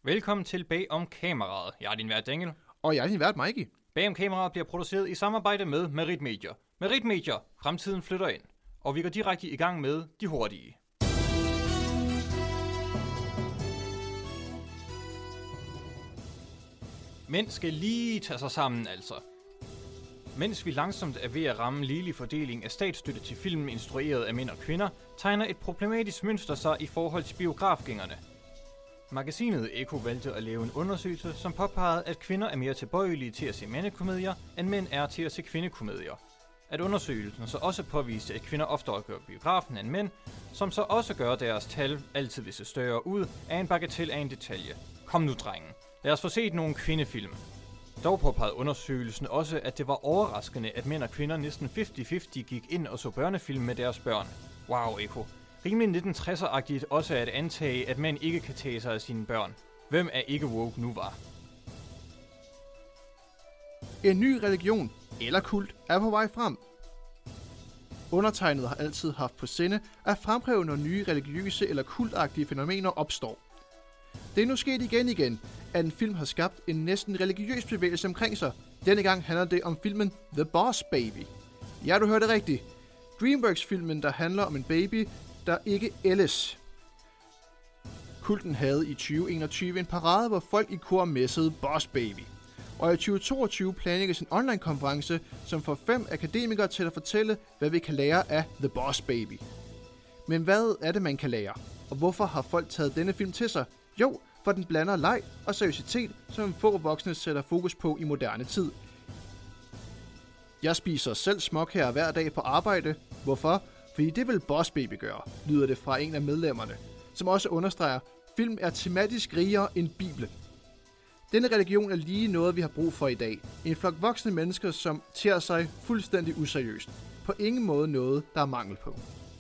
Velkommen til Bag om kameraet. Jeg er din vært Daniel. Og jeg er din vært Mikey. Bag om kameraet bliver produceret i samarbejde med Merit Media. Merit Media. Fremtiden flytter ind. Og vi går direkte i gang med de hurtige. Mænd skal lige tage sig sammen altså. Mens vi langsomt er ved at ramme ligelig fordeling af statsstøtte til film instrueret af mænd og kvinder, tegner et problematisk mønster sig i forhold til biografgængerne. Magasinet Eko valgte at lave en undersøgelse, som påpegede, at kvinder er mere tilbøjelige til at se mandekomedier, end mænd er til at se kvindekomedier. At undersøgelsen så også påviste, at kvinder oftere gør biografen end mænd, som så også gør deres tal altid vil se større ud, er en bagatel af en detalje. Kom nu, drengen. Lad os få set nogle kvindefilm. Dog påpegede undersøgelsen også, at det var overraskende, at mænd og kvinder næsten 50-50 gik ind og så børnefilm med deres børn. Wow, Eko. Rimelig 1960'er-agtigt også at antage, at mænd ikke kan tage sig af sine børn. Hvem er ikke woke nu var? En ny religion eller kult er på vej frem. Undertegnet har altid haft på sinde at fremhæve, når nye religiøse eller kultagtige fænomener opstår. Det er nu sket igen, at en film har skabt en næsten religiøs bevægelse omkring sig. Denne gang handler det om filmen The Boss Baby. Ja, du hørte rigtigt. DreamWorks-filmen, der handler om en baby, der ikke ældes. Kulten havde i 2021 en parade, hvor folk i kor messede Boss Baby. Og i 2022 planlægges en online-konference, som får 5 akademikere til at fortælle, hvad vi kan lære af The Boss Baby. Men hvad er det, man kan lære? Og hvorfor har folk taget denne film til sig? Jo, for den blander leg og seriøsitet, som få voksne sætter fokus på i moderne tid. Jeg spiser selv småkager hver dag på arbejde. Hvorfor? Fordi det vil Boss Baby gøre, lyder det fra en af medlemmerne, som også understreger, film er tematisk rigere end Bibelen. Denne religion er lige noget, vi har brug for i dag. En flok voksne mennesker, som tager sig fuldstændig useriøst. På ingen måde noget, der er mangel på.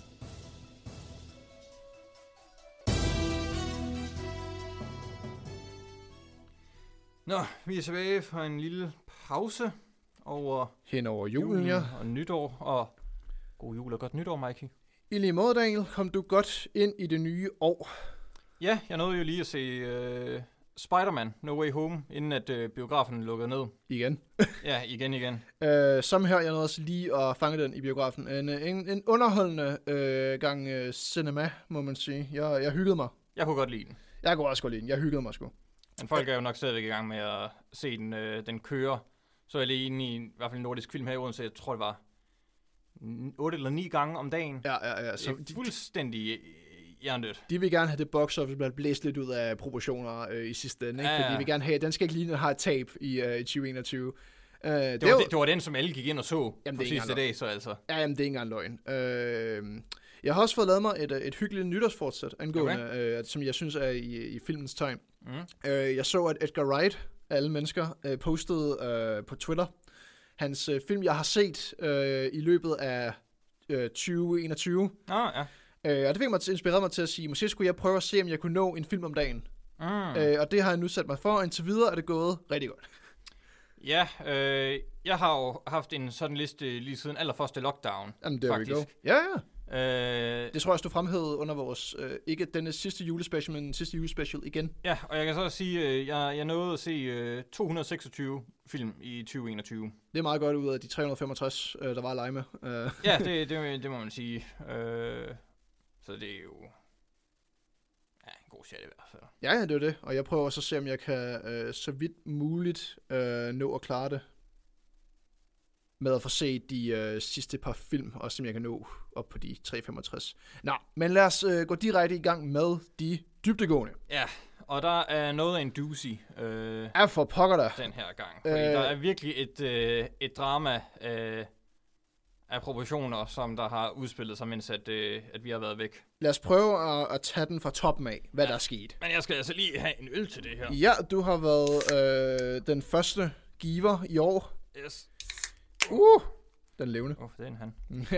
Nå, vi er tilbage fra en lille pause hen over julen, ja. Og nytår, og god jul og godt nytår, Mikey. I lige måde, Daniel, kom du godt ind i det nye år. Ja, jeg nåede jo lige at se Spider-Man No Way Home, inden at biografen lukkede ned. Igen? Ja, igen. Som her, jeg nåede også lige at fange den i biografen. En underholdende gang cinema, må man sige. Jeg hyggede mig. Jeg kunne godt lide den. Jeg kunne også godt lide den. Jeg hyggede mig sgu. Men folk er jo nok stadigvæk i gang med at se den køre. Så er jeg lige inde i hvert fald en nordisk film her i Odense. Jeg tror, det var 8 eller 9 gange om dagen. Ja. Så det er fuldstændig hjernedødt. De vil gerne have det box office bliver blæst lidt ud af proportioner i sidste ende. Ikke? Ja. Fordi de vil gerne have, den skal ikke lige have et tab i 2021. Det var den, som alle gik ind og så på sidste dag, så altså. Ja, jamen, det er ikke engang løgn. Jeg har også fået lavet mig et hyggeligt nytårsfortsæt angående, som jeg synes er i filmens tegn. Jeg så, at Edgar Wright, alle mennesker, postede på Twitter hans film, jeg har set i løbet af 2021. Ja. Og det fik mig inspireret mig til at sige, måske skulle jeg prøve at se, om jeg kunne nå en film om dagen. Og det har jeg nu sat mig for, og indtil videre er det gået rigtig godt. Ja, jeg har jo haft en sådan liste lige siden allerførste lockdown. Jamen, there faktisk. We go. Ja. Det tror jeg også, du fremhævede under vores, ikke denne sidste julespecial, men sidste julespecial igen. Ja, og jeg kan så sige, jeg nåede at se 226 film i 2021. Det er meget godt ud af de 365, der var at lege med. Ja, det må man sige. Så det er jo en god chat i hvert fald. Ja, det er det. Og jeg prøver også at se, om jeg kan så vidt muligt nå at klare det. Med at få set de sidste par film, og som jeg kan nå op på de 365. Nå, men lad os gå direkte i gang med de dybdegående. Ja, og der er noget af en doozy. Ja, for pokker der. Den her gang. Fordi der er virkelig et drama af proportioner, som der har udspillet sig, mens at vi har været væk. Lad os prøve at tage den fra toppen af, hvad der er sket. Men jeg skal altså lige have en øl til det her. Ja, du har været den første giver i år. Yes. Den levende. Det er en han.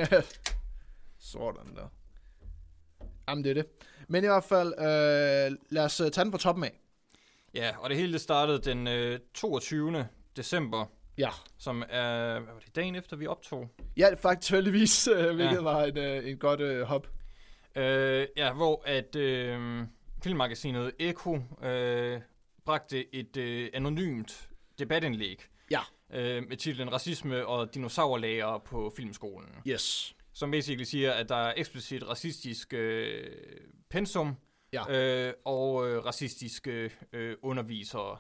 Sådan der. Jamen, det er det. Men i hvert fald, lad os tage den fra toppen af. Ja, og det hele det startede den 22. december. Ja. Som er, hvad var det, dagen efter vi optog? Ja, faktisk heldigvis, hvilket var en godt hop. Ja, hvor at filmmagasinet Eko bragte et anonymt debatindlæg med titlen Racisme og dinosaurlæger på filmskolen. Yes. Som basically siger, at der er eksplicit racistisk pensum og racistiske undervisere.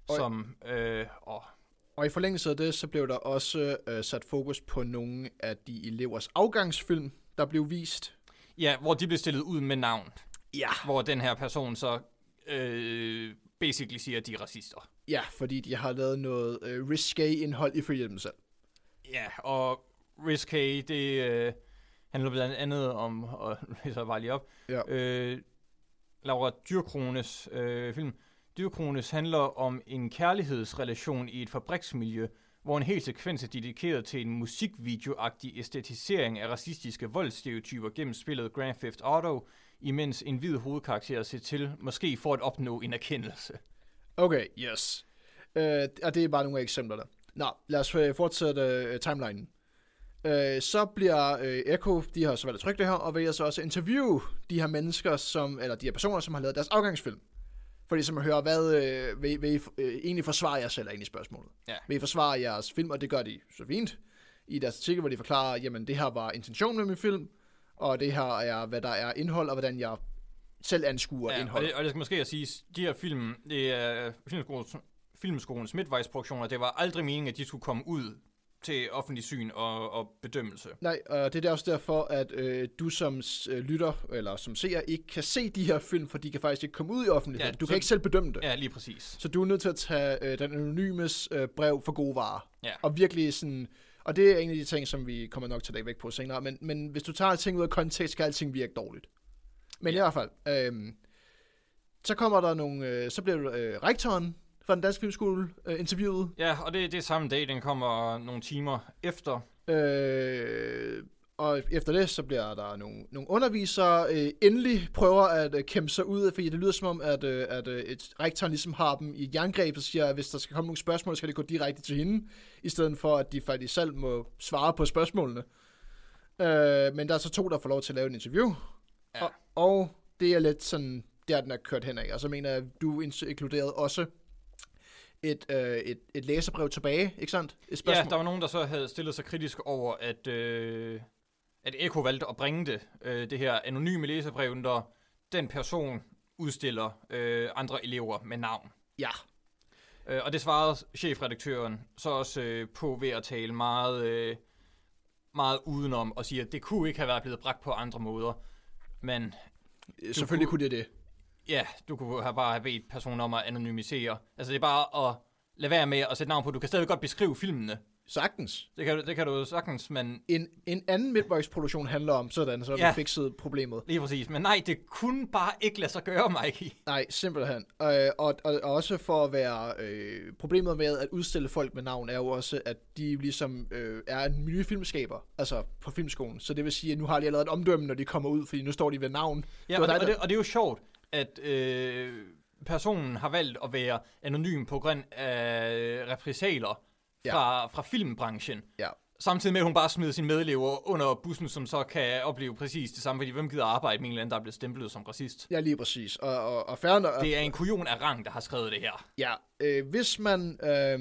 Og i forlængelse af det, så blev der også sat fokus på nogle af de elevers afgangsfilm, der blev vist. Ja, hvor de blev stillet ud med navn. Ja. Hvor den her person så basically siger, at de er racister. Ja, fordi de har lavet noget risque indhold ifølge dem selv. Ja, og risque, det handler blandt andet om, og læser bare lige op, Laura Dyrkrones film. Dyrkrones handler om en kærlighedsrelation i et fabriksmiljø, hvor en hel sekvens er dedikeret til en musikvideoagtig æstetisering af racistiske voldsstereotyper gennem spillet Grand Theft Auto, imens en hvid hovedkarakter ser til, måske for at opnå en erkendelse. Okay, yes. Og det er bare nogle af eksemplerne. Nå, lad os fortsætte timelinen. Så bliver Echo, de har så valgt at trykke det her, og vælger så også at interviewe de her mennesker, eller de her personer, som har lavet deres afgangsfilm. Fordi som at høre, hvad vil I egentlig forsvare jer selv, er egentlig spørgsmålet. Ja. Vil I forsvare jeres film, og det gør de så fint. I deres artikel, hvor de forklarer, jamen det her var intentionen med min film, og det her er, hvad der er indhold, og hvordan jeg selv anskuer indhold. Og det skal måske at sige, de her film, det er filmskolens midtvejsproduktioner, det var aldrig meningen, at de skulle komme ud til offentlig syn og bedømmelse. Nej, og det er også derfor, at du som lytter, eller som seer, ikke kan se de her film, for de kan faktisk ikke komme ud i offentligheden. Du kan ikke selv bedømme det. Ja, lige præcis. Så du er nødt til at tage den anonymes brev for gode varer. Ja. Og virkelig sådan, og det er en af de ting, som vi kommer nok til at væk på senere, men hvis du tager ting ud af kontekst, kan alting virke dårligt. Men i hvert fald, så kommer der nogle, så bliver rektoren fra den danske filmskole interviewet. Ja, og det er samme dag, den kommer nogle timer efter. Og efter det, så bliver der nogle undervisere endelig prøver at kæmpe sig ud, fordi det lyder som om, at et rektoren ligesom har dem i jerngreb og siger, at hvis der skal komme nogle spørgsmål, skal det gå direkte til hende, i stedet for, at de faktisk selv må svare på spørgsmålene. Men der er så 2, der får lov til at lave en interview. Ja. Og det er lidt sådan, der den er kørt hen af. Og så mener jeg, at du inkluderede også et læserbrev tilbage, ikke sandt? Et spørgsmål. Ja, der var nogen, der så havde stillet sig kritisk over, at Echo valgte at bringe det her anonyme læserbrev, når den person udstiller andre elever med navn. Ja. Og det svarede chefredaktøren så også på ved at tale meget udenom og sige, at det kunne ikke have været blevet bragt på andre måder. Men selvfølgelig kunne det. Ja, du kunne bare have bedt personen om at anonymisere. Altså det er bare at lade være med at sætte navn på. Du kan stadig godt beskrive filmene. Sagtens. Det kan du sagtens, men... En anden midtvejsproduktion handler om sådan, så har du fikset problemet. Lige præcis, men nej, det kunne bare ikke lade sig gøre, Mikey. Nej, simpelthen. Og også for at være... problemet med at udstille folk med navn er jo også, at de ligesom er en nye filmskaber, altså på filmskolen. Så det vil sige, at nu har de allerede et omdømme, når de kommer ud, fordi nu står de ved navn. Ja, og det er jo sjovt, at personen har valgt at være anonym på grund af repressalier fra filmbranchen. Ja. Samtidig med, at hun bare smider sine medelever under bussen, som så kan opleve præcis det samme, fordi hvem gider arbejde med en eller anden, der er blevet stemplet som racist? Ja, lige præcis. Og færre, det er en kujon af rang, der har skrevet det her. Ja, hvis man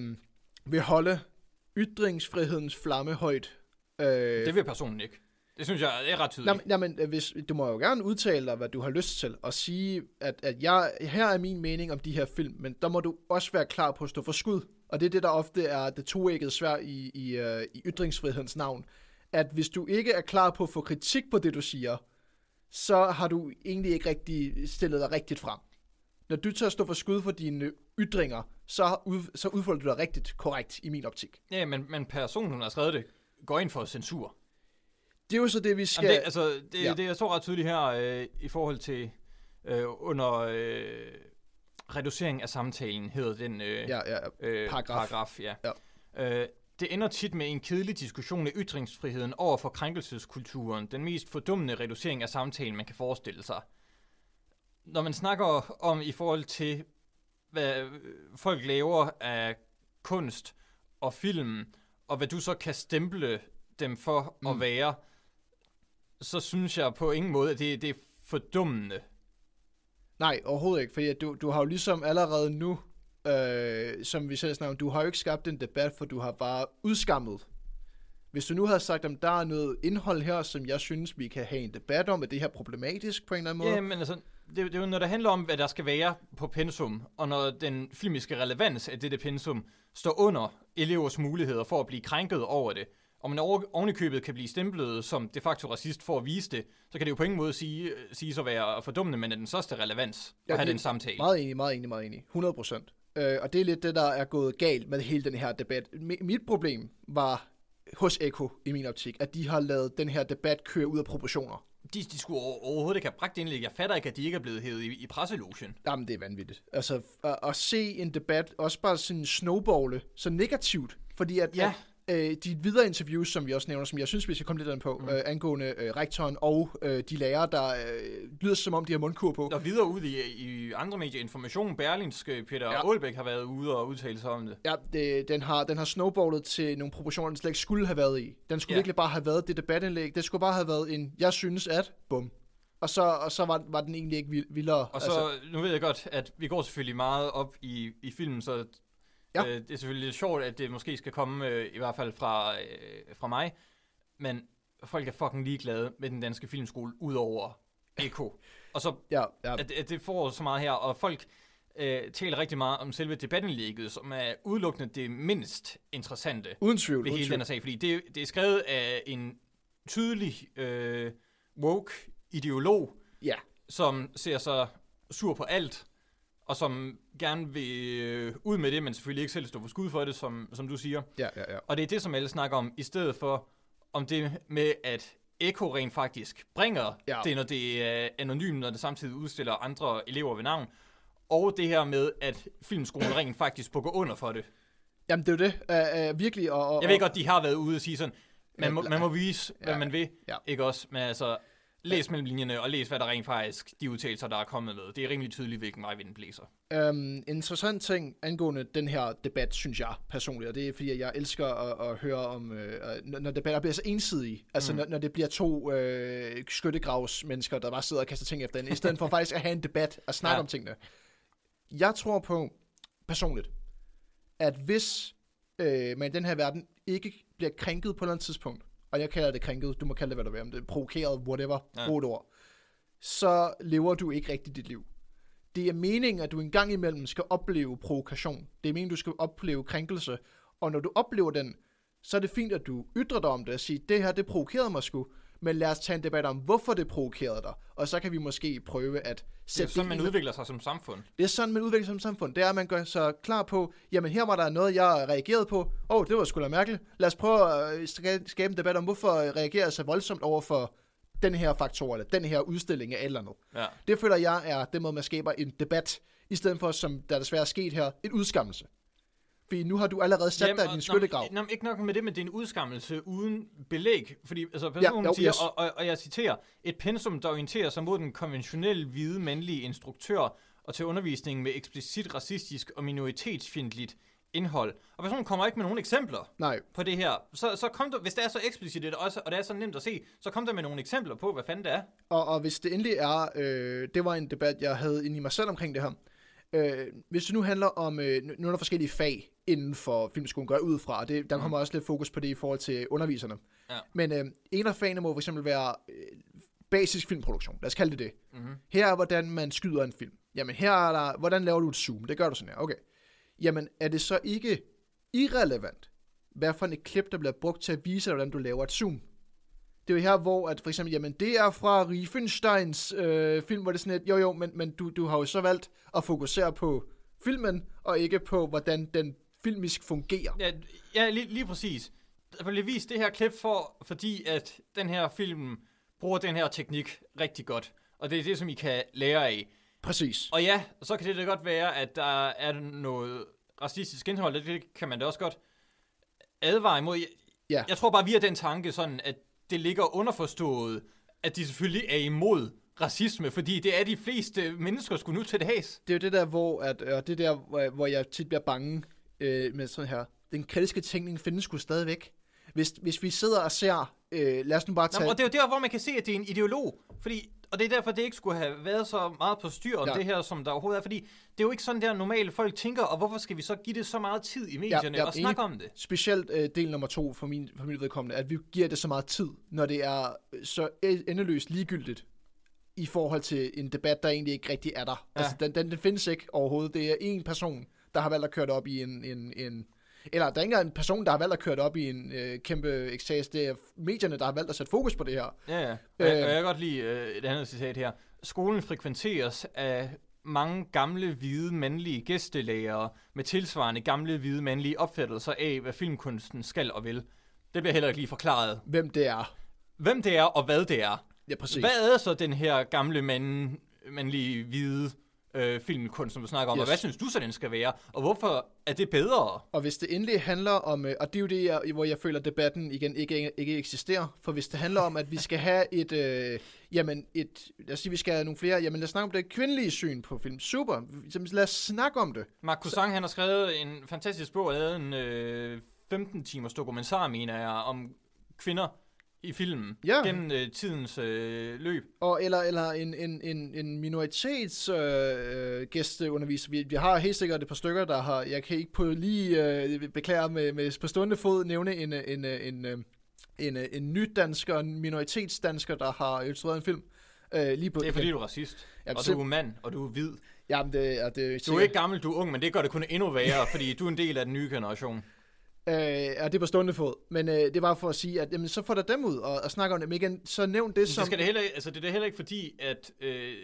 vil holde ytringsfrihedens flamme højt... det vil personen ikke. Det synes jeg er ret tydeligt. Jamen, du må jo gerne udtale dig, hvad du har lyst til, og sige, at her er min mening om de her film, men der må du også være klar på at stå for skud. Og det er det, der ofte er det toæggede sværd i ytringsfrihedens navn. At hvis du ikke er klar på at få kritik på det, du siger, så har du egentlig ikke rigtig stillet dig rigtigt frem. Når du tager at stå for skud for dine ytringer, så udfolder du dig rigtigt korrekt i min optik. Ja, men personen, der har skrevet det, går ind for censur. Det er jo så det, vi skal... Det er så ret tydeligt her i forhold til under reducering af samtalen, hedder den paragraf. Ja. Det ender tit med en kedelig diskussion af ytringsfriheden over for krænkelseskulturen, den mest fordummende reducering af samtalen, man kan forestille sig. Når man snakker om i forhold til, hvad folk laver af kunst og film, og hvad du så kan stemple dem for at være, så synes jeg på ingen måde, at det er fordummende. Nej, overhovedet ikke, fordi du har jo ligesom allerede nu som vi selv snakker om, du har jo ikke skabt en debat, for du har bare udskammet. Hvis du nu havde sagt, at der er noget indhold her, som jeg synes, vi kan have en debat om, at det her er problematisk på en eller anden måde. Ja, men altså, det er jo, når det handler om, hvad der skal være på pensum, og når den filmiske relevans af dette pensum står under elevers muligheder for at blive krænket over det, og man ovenikøbet kan blive stemplet som de facto racist for at vise det, så kan det jo på ingen måde sige at være fordummende, men er den største relevans at have den samtale. Meget enig. 100%. Og det er lidt det, der er gået galt med hele den her debat. Mit problem var hos Eko, i min optik, at de har lavet den her debat køre ud af proportioner. De skulle overhovedet ikke have bragt indlæg. Jeg fatter ikke, at de ikke er blevet hævet i presselogen. Jamen, det er vanvittigt. Altså, at se en debat, også bare sådan snowballe, så negativt, fordi at de videre interviews, som vi også nævner, som jeg synes, vi skal komme lidt an på, angående rektoren og de lærere, der lyder som om, de har mundkur på. Og videre ud i andre medier, Information, Berlingske, Peter Aalbæk har været ude og udtale sig om det. Ja, den har snowballet til nogle proportioner, den slet ikke skulle have været i. Den skulle virkelig bare have været det debatindlæg. Det skulle bare have været en, jeg synes at, bum. Og så var den egentlig ikke vildere. Og så, nu ved jeg godt, at vi går selvfølgelig meget op i filmen, så det er selvfølgelig lidt sjovt, at det måske skal komme, i hvert fald fra mig, men folk er fucking ligeglade med den danske filmskole, udover Eko. Og så, at det får så meget her, og folk taler rigtig meget om selve debatindlægget, som er udelukkende det mindst interessante uden tvivl, ved hele den her sag, fordi det er skrevet af en tydelig woke ideolog, som ser sig sur på alt, og som gerne vil ud med det, men selvfølgelig ikke selv stå for skud for det, som du siger. Ja. Og det er det, som alle snakker om, i stedet for om det med, at Eko rent faktisk bringer det, når det er anonymt, når det samtidig udstiller andre elever ved navn, og det her med, at filmskolen rent faktisk bukker under for det. Jamen, det er jo det. Virkelig. Jeg ved godt, de har været ude og sige sådan, man må vise, hvad man vil, ikke også? Men altså, læs mellem linjerne, og læs, hvad der rent faktisk, de udtalelser, der er kommet med. Det er rimelig tydeligt, hvilken vej vinden blæser. En interessant ting angående den her debat, synes jeg personligt, og det er, fordi jeg elsker at høre om, når debatter bliver så ensidige, altså når det bliver to skyttegravsmennesker, der bare sidder og kaster ting efter den, i stedet for faktisk at have en debat og snakke om tingene. Jeg tror på, personligt, at hvis man i den her verden ikke bliver krænket på et eller andet tidspunkt, og jeg kalder det krænket, du må kalde det, hvad du vil, om det er provokeret, whatever, brugt ord, så lever du ikke rigtigt dit liv. Det er meningen, at du en gang imellem skal opleve provokation. Det er meningen, du skal opleve krænkelse. Og når du oplever den, så er det fint, at du ytrer dig om det og siger, det her, det provokerede mig sgu, men lad os tage en debat om, hvorfor det provokerede dig. Og så kan vi måske prøve at sætte det er sådan, man udvikler sig som samfund. Det er sådan, man udvikler sig som samfund. Det er, at man gør sig klar på, jamen her var der noget, jeg reagerede på. Det var sgu da mærkeligt. Lad os prøve at skabe en debat om, hvorfor reagerer jeg så voldsomt over for den her faktor, eller den her udstilling af et eller andet. Ja. Det føler jeg er den måde, man skaber en debat, i stedet for, som der desværre er sket her, en udskammelse. Fordi nu har du allerede sat dig i din skyttegrav. Ikke nok med det, men det er en udskammelse uden belæg. Fordi altså, personen siger, og jeg citerer, et pensum, der orienterer sig mod den konventionelle hvide mandlige instruktør og til undervisning med eksplicit racistisk og minoritetsfjendtligt indhold. Og personen kommer ikke med nogen eksempler på det her. Så kom der, hvis det er så eksplicit og det er så nemt at se, så kom der med nogle eksempler på, hvad fanden det er. Og hvis det endelig er, det var en debat, jeg havde inde i mig selv omkring det her. Hvis det nu handler om nogle forskellige fag inden for filmskolen, går jeg ud fra, og der kommer også lidt fokus på det i forhold til underviserne. Ja. Men en af fagene må for eksempel være basisk filmproduktion. Lad os kalde det det. Mm-hmm. Her er, hvordan man skyder en film. Jamen her er der, hvordan laver du et zoom? Det gør du sådan her. Okay. Jamen er det så ikke irrelevant, hvad for et klip, der bliver brugt til at vise dig, hvordan du laver et zoom? Det er jo her, hvor at for eksempel, jamen det er fra Riefensteins film, hvor det er sådan et, jo, men du har jo så valgt at fokusere på filmen, og ikke på, hvordan den filmisk fungerer. Ja, lige præcis. Der bliver vist det her klip fordi at den her film bruger den her teknik rigtig godt, og det er det, som I kan lære af. Præcis. Og ja, så kan det da godt være, at der er noget racistisk indhold, det kan man da også godt advare imod. Jeg tror bare, vi har den tanke sådan, at det ligger underforstået, at de selvfølgelig er imod racisme, fordi det er de fleste mennesker skulle nu til det has. Det er jo det der, hvor jeg tit bliver bange med sådan her. Den kritiske tænkning findes sgu stadigvæk. Hvis vi sidder og ser, lad os nu bare tage... Og det er jo der, hvor man kan se, at det er en ideolog, og det er derfor, det ikke skulle have været så meget på styr om det her, som der overhovedet er, fordi det er jo ikke sådan, der normale folk tænker, og hvorfor skal vi så give det så meget tid i medierne og snakke om det? Specielt del nummer 2 for min vedkommende, at vi giver det så meget tid, når det er så endeløst ligegyldigt i forhold til en debat, der egentlig ikke rigtig er der. Ja. Altså, den findes ikke overhovedet. Det er en person, der har valgt at køre det op i eller der er ikke en person, der har valgt at køre det op i en kæmpe ekstase. Det er medierne, der har valgt at sætte fokus på det her. Ja. Jeg kan godt lide et andet citat her. Skolen frekventeres af mange gamle, hvide, mandlige gæstelærere med tilsvarende gamle, hvide, mandlige opfattelser af, hvad filmkunsten skal og vil. Det bliver heller ikke lige forklaret. Hvem det er, og hvad det er. Ja, præcis. Hvad er så den her gamle, mandlige, hvide filmkunst, som du snakker om, og hvad synes du så, den skal være? Og hvorfor er det bedre? Og hvis det endelig handler om, og det er jo det, hvor jeg føler, at debatten igen ikke eksisterer, for hvis det handler om, at vi skal have lad os sige, vi skal have nogle flere, lad os snakke om det kvindelige syn på film. Super, lad os snakke om det. Mark Cousin, han har skrevet en fantastisk bog, en 15 timers dokumentar, mener jeg, om kvinder i filmen, gennem tidens løb. Eller en minoritets gæsteunderviser. Vi har helt sikkert et par stykker, der har, jeg kan ikke på lige beklage med på stående fod nævne en nydansker, en minoritetsdansker, der har illustreret en film. Det er fordi, du er racist, og du er mand, og du er hvid. Jamen, det du er ikke gammel, du er ung, men det gør det kun endnu værre, fordi du er en del af den nye generation. Ja, det er på stående fod. Men det er bare for at sige, at jamen, så får der dem ud og snakke om dem igen. Så nævn det som... Det er heller ikke fordi, at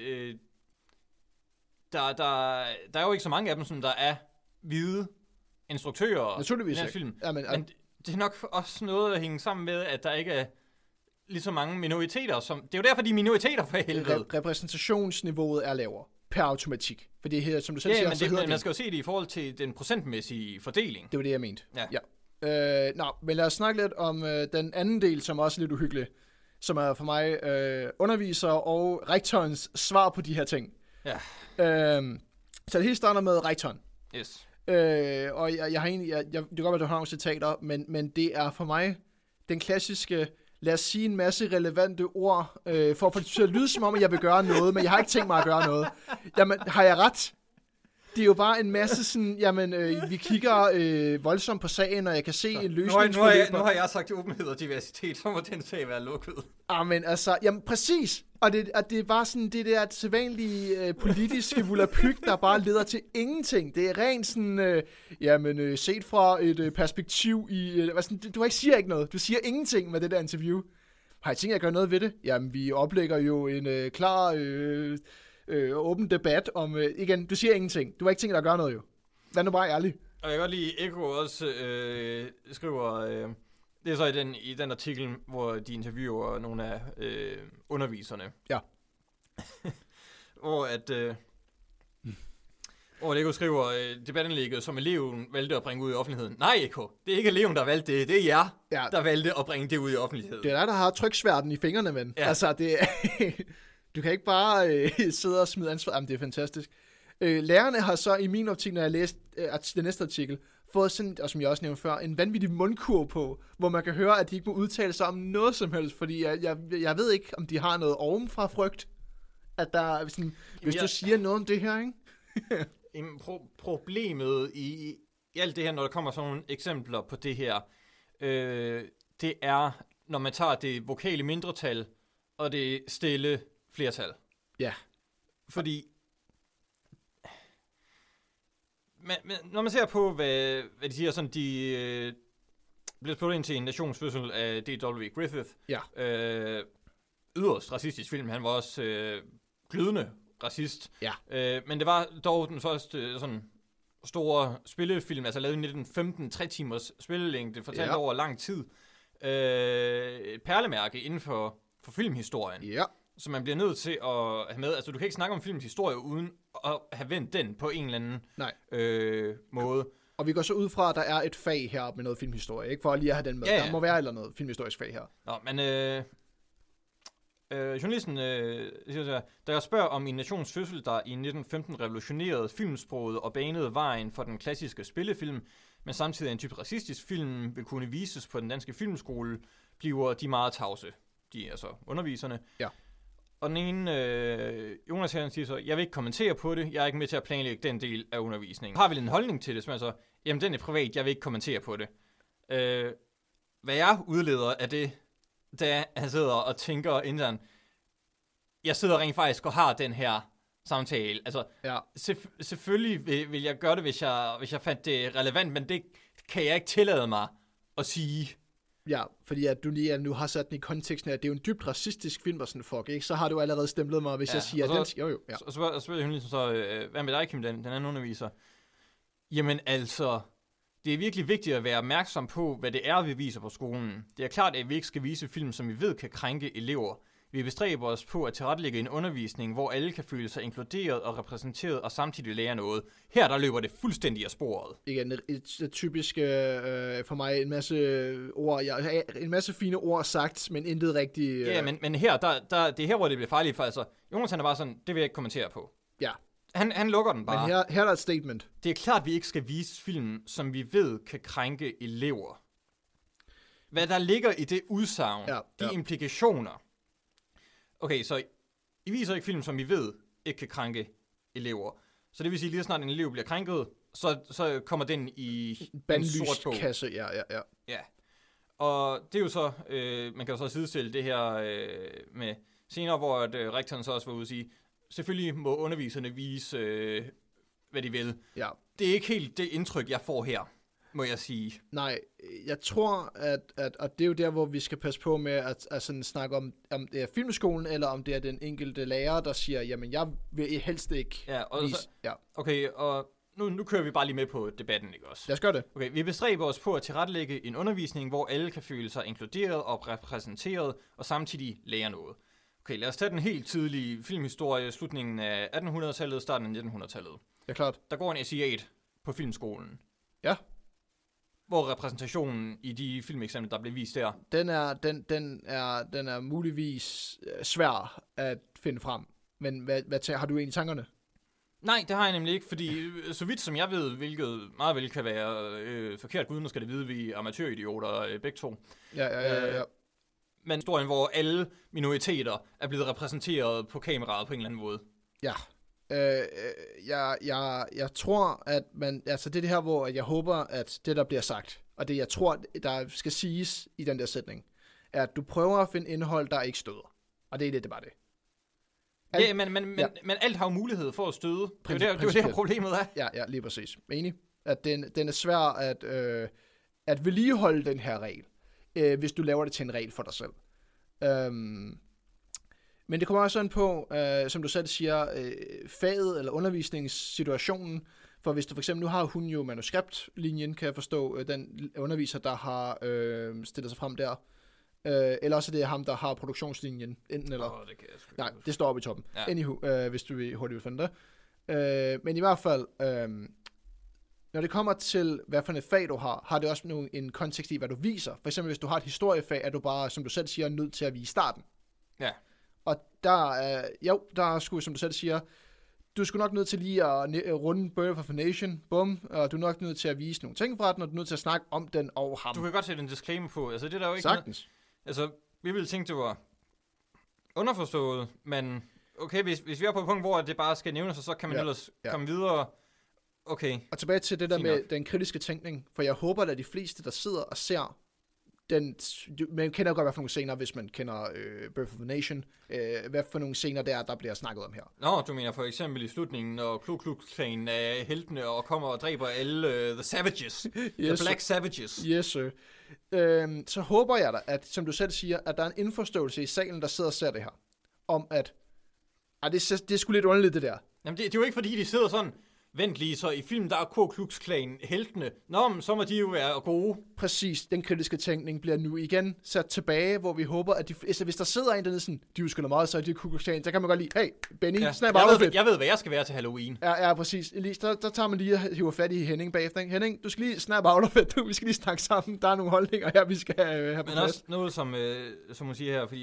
der er jo ikke så mange af dem, som der er hvide instruktører naturligvis i den film. Ja, men det er nok også noget at hænge sammen med, at der ikke er lige så mange minoriteter. Det er jo derfor, de er minoriteter for helvede. Repræsentationsniveauet er lavere per automatik. For det her, som du selv siger, men man skal jo se det i forhold til den procentmæssige fordeling. Det var det, jeg mente. Ja. Men lad os snakke lidt om den anden del, som også er lidt uhyggelig, som er for mig underviser og rektorens svar på de her ting. Ja. Så det hele starter med rektoren. Yes. Og jeg har egentlig, det kan godt være, at du har nogle citater, men det er for mig den klassiske, lad os sige en masse relevante ord, for at få det til at lyde som om, at jeg vil gøre noget, men jeg har ikke tænkt mig at gøre noget. Jamen, har jeg ret? Det er jo bare en masse sådan, vi kigger voldsomt på sagen, og jeg kan se en løsningsforløb. Nu har jeg sagt åbenhed og diversitet, så må den sag være lukket. Amen, altså, jamen præcis. Og det er bare sådan det der sædvanlige politiske volapyk, der bare leder til ingenting. Det er rent sådan, set fra et perspektiv i... du siger ikke noget. Du siger ingenting med det der interview. Har jeg tænkt at gøre noget ved det? Jamen, vi oplægger jo en klar... åben debat om, igen, du siger ingenting. Du har ikke tænkt dig at gøre noget jo. Vær nu bare ærlig. Og jeg kan godt lide, Echo også skriver, det er så i den artikel, hvor de interviewer nogle af underviserne. Ja. hvor Echo skriver, debatindlægget, som eleven valgte at bringe ud i offentligheden. Nej, Echo, det er ikke eleven, der valgte det. Det er jer, der valgte at bringe det ud i offentligheden. Det er der har tryksværten i fingrene, ven. Ja. Altså, det du kan ikke bare sidde og smide ansvar. Jamen, det er fantastisk. Lærerne har så i min optik, når jeg læste den næste artikel, fået sådan, og som jeg også nævnte før, en vanvittig mundkur på, hvor man kan høre, at de ikke må udtale sig om noget som helst, fordi jeg ved ikke, om de har noget ovenfra frygt, at der sådan, hvis du siger noget om det her, ikke? Problemet i alt det her, når der kommer sådan nogle eksempler på det her, det er, når man tager det vokale mindretal, og det stille flertal. Ja. Fordi når man ser på, hvad de siger, sådan de bliver spurgt ind til en nationsfødsel af D.W. Griffith. Ja. Yderst racistisk film. Han var også glødende racist. Ja. Men det var dog den første sådan store spillefilm, altså lavet i 1915, 3 timers spillelængde, fortalt over lang tid. Et perlemærke inden for filmhistorien. Ja. Så man bliver nødt til at have med. Altså, du kan ikke snakke om filmens historie uden at have vendt den på en eller anden måde. Og vi går så ud fra, at der er et fag her med noget filmhistorie, ikke? For lige at have den med. Ja. Der må være eller noget filmhistorisk fag her. Nå, men Journalisten siger så, da jeg spørger om en nations fødsel, der i 1915 revolutionerede filmsproget og banede vejen for den klassiske spillefilm, men samtidig en type racistisk film vil kunne vises på den danske filmskole, bliver de meget tavse. De er så underviserne. Ja. Og den ene, Jonas her, siger så, jeg vil ikke kommentere på det, jeg er ikke med til at planlægge den del af undervisningen. Har vel en holdning til det, som er så, jamen den er privat, jeg vil ikke kommentere på det. Hvad jeg udleder af det, da jeg sidder og tænker internt, jeg sidder rent faktisk og har den her samtale. Altså, ja. Selvfølgelig vil jeg gøre det, hvis jeg fandt det relevant, men det kan jeg ikke tillade mig at sige. Ja, fordi at du lige nu har sat den i konteksten af, at det er jo en dybt racistisk film og sådan, fuck, ikke? Så har du allerede stemplet mig, hvis jeg siger, at den... Jo. Ja. Og så spørger hun ligesom så, hvad med dig, Kim, den anden underviser? Jamen altså, det er virkelig vigtigt at være opmærksom på, hvad det er, vi viser på skolen. Det er klart, at vi ikke skal vise film, som vi ved kan krænke elever. Vi bestræber os på at tilrettelægge en undervisning, hvor alle kan føle sig inkluderet og repræsenteret og samtidig lære noget. Her der løber det fuldstændig af sporet. Igen, et typisk for mig en masse ord, en masse fine ord sagt, men intet rigtigt. Ja, men her, det er her, hvor det bliver farligt, for altså, Jonas han er bare sådan, det vil jeg ikke kommentere på. Ja. Han lukker den bare. Men her er der et statement. Det er klart, at vi ikke skal vise film, som vi ved kan krænke elever. Hvad der ligger i det udsagn, de implikationer. Okay, så I viser ikke film, som I ved ikke kan krænke elever. Så det vil sige, lige snart en elev bliver krænket, så kommer den i en sort bog. Kasse, ja. Og det er jo så, man kan jo så sidestille det her med senere, hvor rektoren så også var ude at sige, selvfølgelig må underviserne vise, hvad de vil. Ja. Det er ikke helt det indtryk, jeg får her, må jeg sige. Nej, jeg tror, at det er jo der, hvor vi skal passe på med at sådan snakke om det er filmskolen, eller om det er den enkelte lærer, der siger, jamen jeg vil helst ikke vise. Ja. Okay, og nu kører vi bare lige med på debatten, ikke også? Lad os gøre det. Okay, vi bestræber os på at tilrettelægge en undervisning, hvor alle kan føle sig inkluderet og repræsenteret, og samtidig lære noget. Okay, lad os tage den helt tidlige filmhistorie, slutningen af 1800-tallet, starten af 1900-tallet. Ja, klart. Der går en asiat på filmskolen. Ja. Hvor repræsentationen i de filmeksempler, der blev vist der... Den er muligvis svær at finde frem. Men hvad har du egentlig i tankerne? Nej, det har jeg nemlig ikke, fordi så vidt som jeg ved, hvilket meget vel kan være forkert, guden skal det vide, vi er amatøridioter begge to. Ja. Men historien, hvor alle minoriteter er blevet repræsenteret på kameraet på en eller anden måde. Ja. Jeg tror, at man... Altså, det er det her, hvor jeg håber, at det, der bliver sagt, og det, jeg tror, der skal siges i den der sætning, er, at du prøver at finde indhold, der ikke støder. Og det er det bare det. Ja, men alt har jo mulighed for at støde. Det er jo det her problemet er. Ja, lige præcis. Enig. At den er svær at vedligeholde den her regel, hvis du laver det til en regel for dig selv. Men det kommer også sådan på, som du selv siger, faget eller undervisningssituationen. For hvis du for eksempel, nu har hun jo manuskriptlinjen, kan jeg forstå, den underviser, der har stillet sig frem der. Eller også det er ham, der har produktionslinjen, enten eller. Det kan jeg sgu. Nej, det står oppe i toppen. Ja. Anywho, hvis du vil hurtigt finde det. Men i hvert fald, når det kommer til, hvad for et fag du har det også en kontekst i, hvad du viser. For eksempel, hvis du har et historiefag, er du bare, som du selv siger, nødt til at vise starten. Ja. Og der er sgu, som du selv siger, du er sgu nok nødt til lige at runde Birth of a Nation, bum, og du er nok nødt til at vise nogle ting fra den, og du er nødt til at snakke om den og ham. Du kan godt sætte en disclaimer på, altså det er der jo ikke sagtens. Noget, altså, vi ville tænke, det var underforstået, men okay, hvis vi er på et punkt, hvor det bare skal nævnes, så kan man ellers komme videre. Okay. Og tilbage til det der med den kritiske tænkning, for jeg håber, at de fleste, der sidder og ser man kender jo godt, hvad for nogle scener, hvis man kender Birth of a Nation, hvad for nogle scener der bliver snakket om her. Nå, du mener for eksempel i slutningen, når Ku Klux Klan er heltene og kommer og dræber alle the savages, the black savages. Yes, sir. Så håber jeg da, at, som du selv siger, at der er en indforståelse i salen, der sidder og ser det her, om at det er sgu lidt underligt, det der. Jamen, det er jo ikke, fordi de sidder sådan, vent lige, så i filmen, der er Ku Klux Klan heltene. Nå, men så må de jo være gode. Præcis, den kritiske tænkning bliver nu igen sat tilbage, hvor vi håber, at hvis der sidder en dernede sådan, de er jo sgu da meget, så er de Ku Klux Klan, så kan man godt lide, hey, Benny, snap outfit. Jeg ved, hvad jeg skal være til Halloween. Ja, præcis. Der tager man lige og hiver fat i Henning bagefter. Henning, du skal lige snap outfit, vi skal lige snakke sammen. Der er nogle holdninger her, vi skal have på plads. Men også noget, som hun siger her, fordi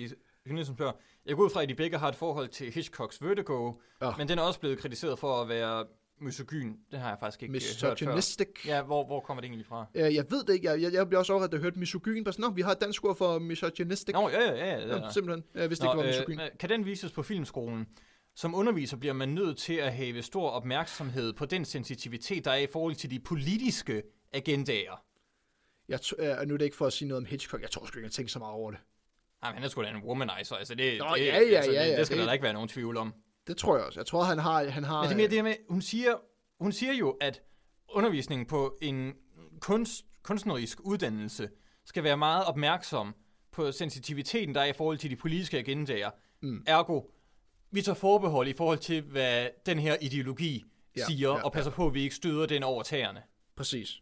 Nielsen spørger, jeg går ud fra, at de begge har et forhold til Hitchcocks Vertigo, men den er også blevet kritiseret for at være misogyn. Det har jeg faktisk ikke hørt før. Ja, hvor kommer det egentlig fra? Jeg ved det ikke. Jeg bliver også overradet, at jeg hørte misogyn. Vi har et dansk ord for misogynistic. Nå, ja. Simpelthen. Jeg vidste ikke, det var misogyn. Kan den vises på filmskolen? Som underviser bliver man nødt til at have stor opmærksomhed på den sensitivitet, der er i forhold til de politiske agendaer. Nu er det ikke for at sige noget om Hitchcock. Jeg tror sgu ikke, jeg tænker så meget over det. Nej, men han er sgu da en womanizer. Altså, det skal der ikke være nogen tvivl om. Det tror jeg også. Jeg tror, han har... Men det er mere det med, hun siger jo, at undervisningen på en kunstnerisk uddannelse skal være meget opmærksom på sensitiviteten, der er i forhold til de politiske agendaer. Ergo, vi tager forbehold i forhold til, hvad den her ideologi siger, og passer på, at vi ikke støder den over tæerne. Præcis.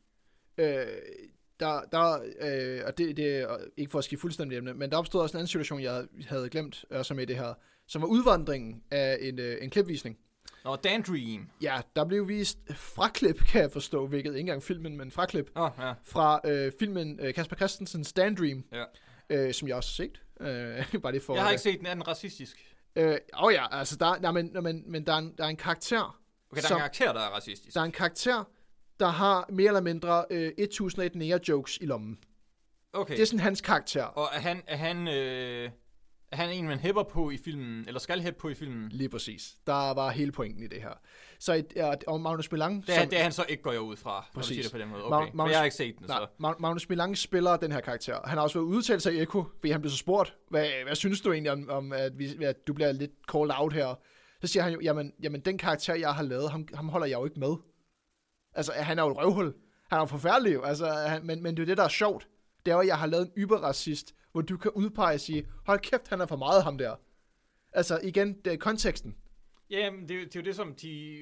Og det er ikke for at skifte fuldstændig emne, men der opstod også en anden situation, jeg havde glemt, som i det her, som var udvandringen af en klipvisning. Nå, Dandream. Ja, der blev vist fraklip, kan jeg forstå, hvilket ikke engang filmen, men fraklip, fra filmen Casper Christensens Dandream, som jeg også har set. Bare det for, jeg har ikke set den, er den racistisk? Altså, der er en karakter. Okay, der er en karakter, der er racistisk. Der er en karakter, der har mere eller mindre 1001 nære-jokes i lommen. Okay. Det er sådan hans karakter. Og er han en, man hæpper på i filmen, eller skal hæppe på i filmen? Lige præcis. Der var hele pointen i det her. Så og Magnus Milang... Det er han så ikke, går jeg ud fra, når du siger det på den måde. Okay, for jeg har ikke set den, så... Magnus Milang spiller den her karakter. Han har også været udtalt sig i Echo, fordi han blev så spurgt, hvad synes du egentlig om at du bliver lidt called out her? Så siger han jo, jamen den karakter, jeg har lavet, ham holder jeg jo ikke med. Altså, han er jo et røvhul. Han er jo forfærdelig, altså, men det er jo det, der er sjovt. Det er jo, at jeg har lavet en yberracist, hvor du kan udpege og sige, hold kæft, han er for meget ham der. Altså, igen, det er konteksten. Ja, men det er jo det, som de...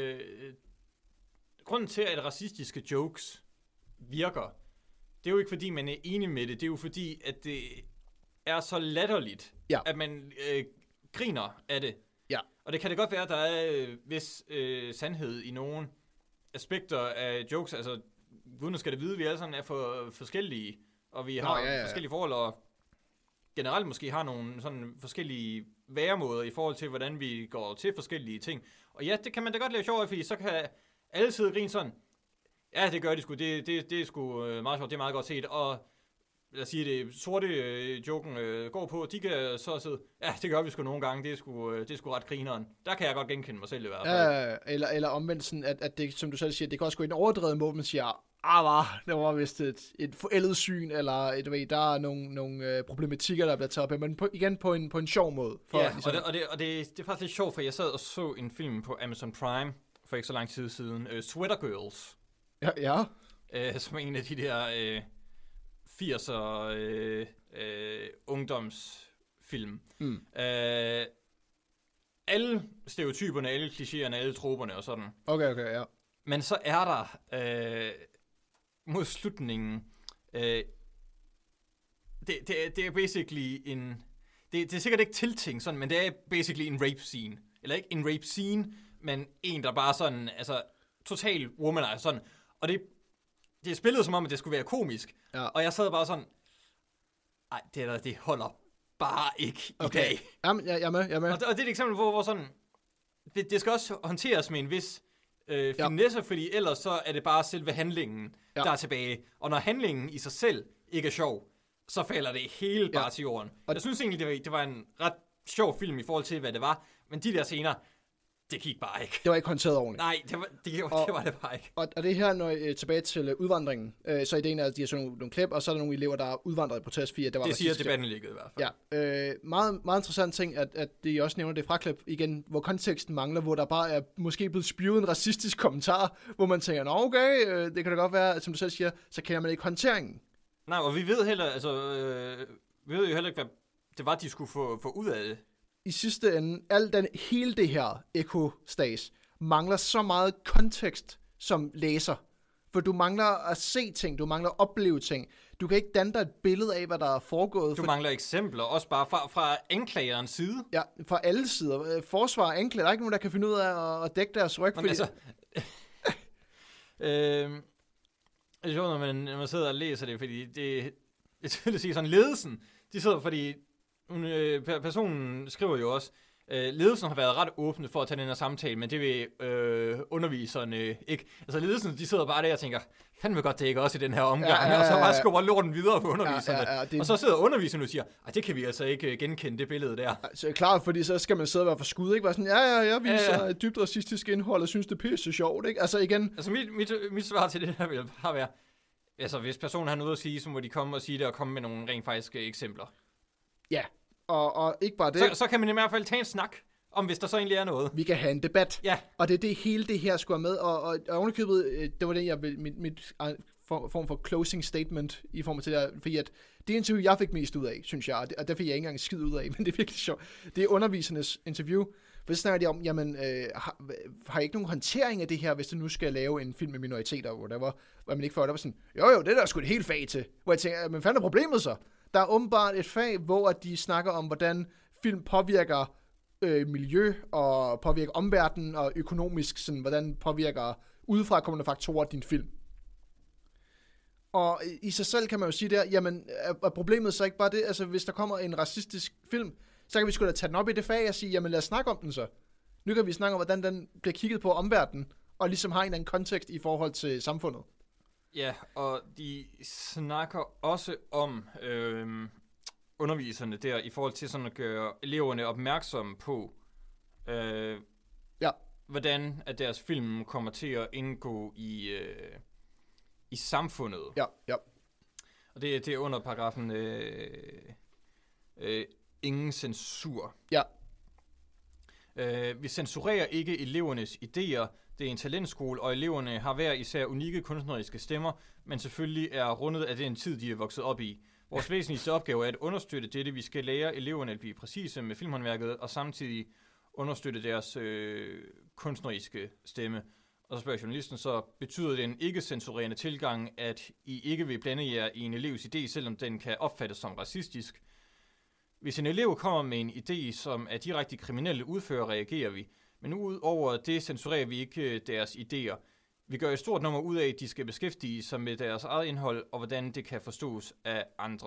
Grunden til, at racistiske jokes virker, det er jo ikke, fordi man er enig med det. Det er jo fordi, at det er så latterligt, at man griner af det. Ja. Og det kan det godt være, at der er vis sandhed i nogle aspekter af jokes. Altså, uden at skal det vide, vi alle sammen er for forskellige, og vi har forskellige forhold, og generelt måske har nogle sådan forskellige væremåder i forhold til, hvordan vi går til forskellige ting. Og ja, det kan man da godt lave sjov af, fordi så kan alle sidde og grine sådan, ja, det gør de sgu, det er sgu meget sjovt, det er meget godt set, og lad os sige, det sorte joken går på, de kan så sidde, ja, det gør vi sgu nogle gange, det er sgu ret grineren. Der kan jeg godt genkende mig selv i hvert fald. Eller omvendt sådan, at det, som du selv siger, det kan også gå i en overdrevet måde, man siger, det var vist et forældet syn, eller der er nogle problematikker, der bliver taget op, men igen på en sjov måde. Ligesom. Og det er faktisk lidt sjovt, for jeg sad og så en film på Amazon Prime for ikke så lang tid siden, Sweater Girls. Ja. Som en af de der 80'er ungdomsfilm. Alle stereotyperne, alle klichéerne, alle troperne og sådan. Okay, ja. Men så er der mod slutningen, det er basically en... Det er sikkert ikke tiltænkt sådan, men det er basically en rape scene. Eller ikke en rape scene, men en, der bare sådan, altså, total womanizer sådan. Og det er spillet som om, at det skulle være komisk. Ja. Og jeg sad bare sådan, ej, det holder bare ikke i dag. Jamen, jeg er med. Og det er et eksempel, hvor sådan, det skal også håndteres med en vis finesse, fordi ellers så er det bare selve handlingen, der er tilbage. Og når handlingen i sig selv ikke er sjov, så falder det hele bare til jorden. Og jeg synes egentlig, det var en ret sjov film i forhold til, hvad det var. Men de der scener, det gik bare ikke. Det var ikke håndteret ordentligt. Nej, det var det bare ikke. Og det her, når jeg tilbage til udvandringen, så ideen er, at de har sådan nogle klip, og så er der nogle elever, der er udvandret i protest, fordi det var det siger debatten ligget i hvert fald. Ja, meget, meget interessant ting, at de også nævner det fraklip igen, hvor konteksten mangler, hvor der bare er måske blevet spyret en racistisk kommentar, hvor man tænker, nå okay, det kan da godt være, at, som du selv siger, så kender man ikke håndteringen. Nej, og vi ved heller, vi ved jo heller ikke, hvad det var, de skulle få ud af det. I sidste ende, hele det her Echo-stas mangler så meget kontekst som læser. For du mangler at se ting, du mangler at opleve ting. Du kan ikke danne dig et billede af, hvad der er foregået. Du mangler eksempler, også bare fra anklagerens side. Ja, fra alle sider. Forsvar og anklager, der er ikke nogen, der kan finde ud af at dække deres ryg. Men altså... det er sjovt, når man sidder og læser det, fordi det er tydeligt at sige sådan, ledelsen, de sidder, fordi personen skriver jo også, ledelsen har været ret åbne for at tage den her samtale, men det vil underviserne ikke. Altså ledelsen, de sidder bare der og tænker, fandme godt, det ikke også i den her omgang, og så bare skubber lorten videre på underviserne. Og så sidder underviserne og siger, det kan vi altså ikke genkende, det billede der. Så klart, fordi så skal man sidde og være for skud, ikke? Bare sådan, jeg viser et dybt racistisk indhold, og synes, det er pisse sjovt, ikke? Altså igen... Altså mit svar til det her vil bare være, altså hvis personen har noget at sige, så må de komme og sige det, og komme med nogle rent faktiske eksempler. Ja, og ikke bare det. Så kan man i hvert fald tage en snak om, hvis der så egentlig er noget. Vi kan have en debat. Ja. Og det er det hele det her skulle have med. Og ovenikøbet, det var det, mit form for closing statement i form af til det der. Fordi at det interview, jeg fik mest ud af, synes jeg, og det fik jeg ikke engang skid ud af, men det er virkelig sjovt. Det er undervisernes interview. For så snakker de om, jamen, har I ikke nogen håndtering af det her, hvis du nu skal lave en film med minoriteter, hvor man ikke får det. Der var sådan, jo, det der er sgu et helt fag til. Hvor jeg tænker, men fanden er problemet så? Der er åbenbart et fag, hvor de snakker om, hvordan film påvirker miljø og påvirker omverdenen og økonomisk, sådan, hvordan påvirker udefrakommende faktorer din film. Og i sig selv kan man jo sige der, jamen, er problemet så ikke bare det, altså hvis der kommer en racistisk film, så kan vi sgu da tage den op i det fag og sige, jamen lad os snakke om den så. Nu kan vi snakke om, hvordan den bliver kigget på omverdenen, og ligesom har en eller anden kontekst i forhold til samfundet. Ja, og de snakker også om underviserne der, i forhold til sådan at gøre eleverne opmærksomme på, hvordan at deres film kommer til at indgå i samfundet. Ja. Og det er under paragrafen ingen censur. Ja. Vi censurerer ikke elevernes idéer. Det er en talentskole, og eleverne har hver især unikke kunstneriske stemmer, men selvfølgelig er rundet af den tid, de er vokset op i. Vores væsentligste opgave er at understøtte dette. Vi skal lære eleverne at blive præcise med filmhåndværket, og samtidig understøtte deres kunstneriske stemme. Og så spørger journalisten, så betyder det en ikke-censurerende tilgang, at I ikke vil blande jer i en elevs idé, selvom den kan opfattes som racistisk. Hvis en elev kommer med en idé, som er direkte kriminelle udfører, reagerer vi. Men ud over det censurerer vi ikke deres idéer. Vi gør et stort nummer ud af, at de skal beskæftige sig med deres eget indhold, og hvordan det kan forstås af andre.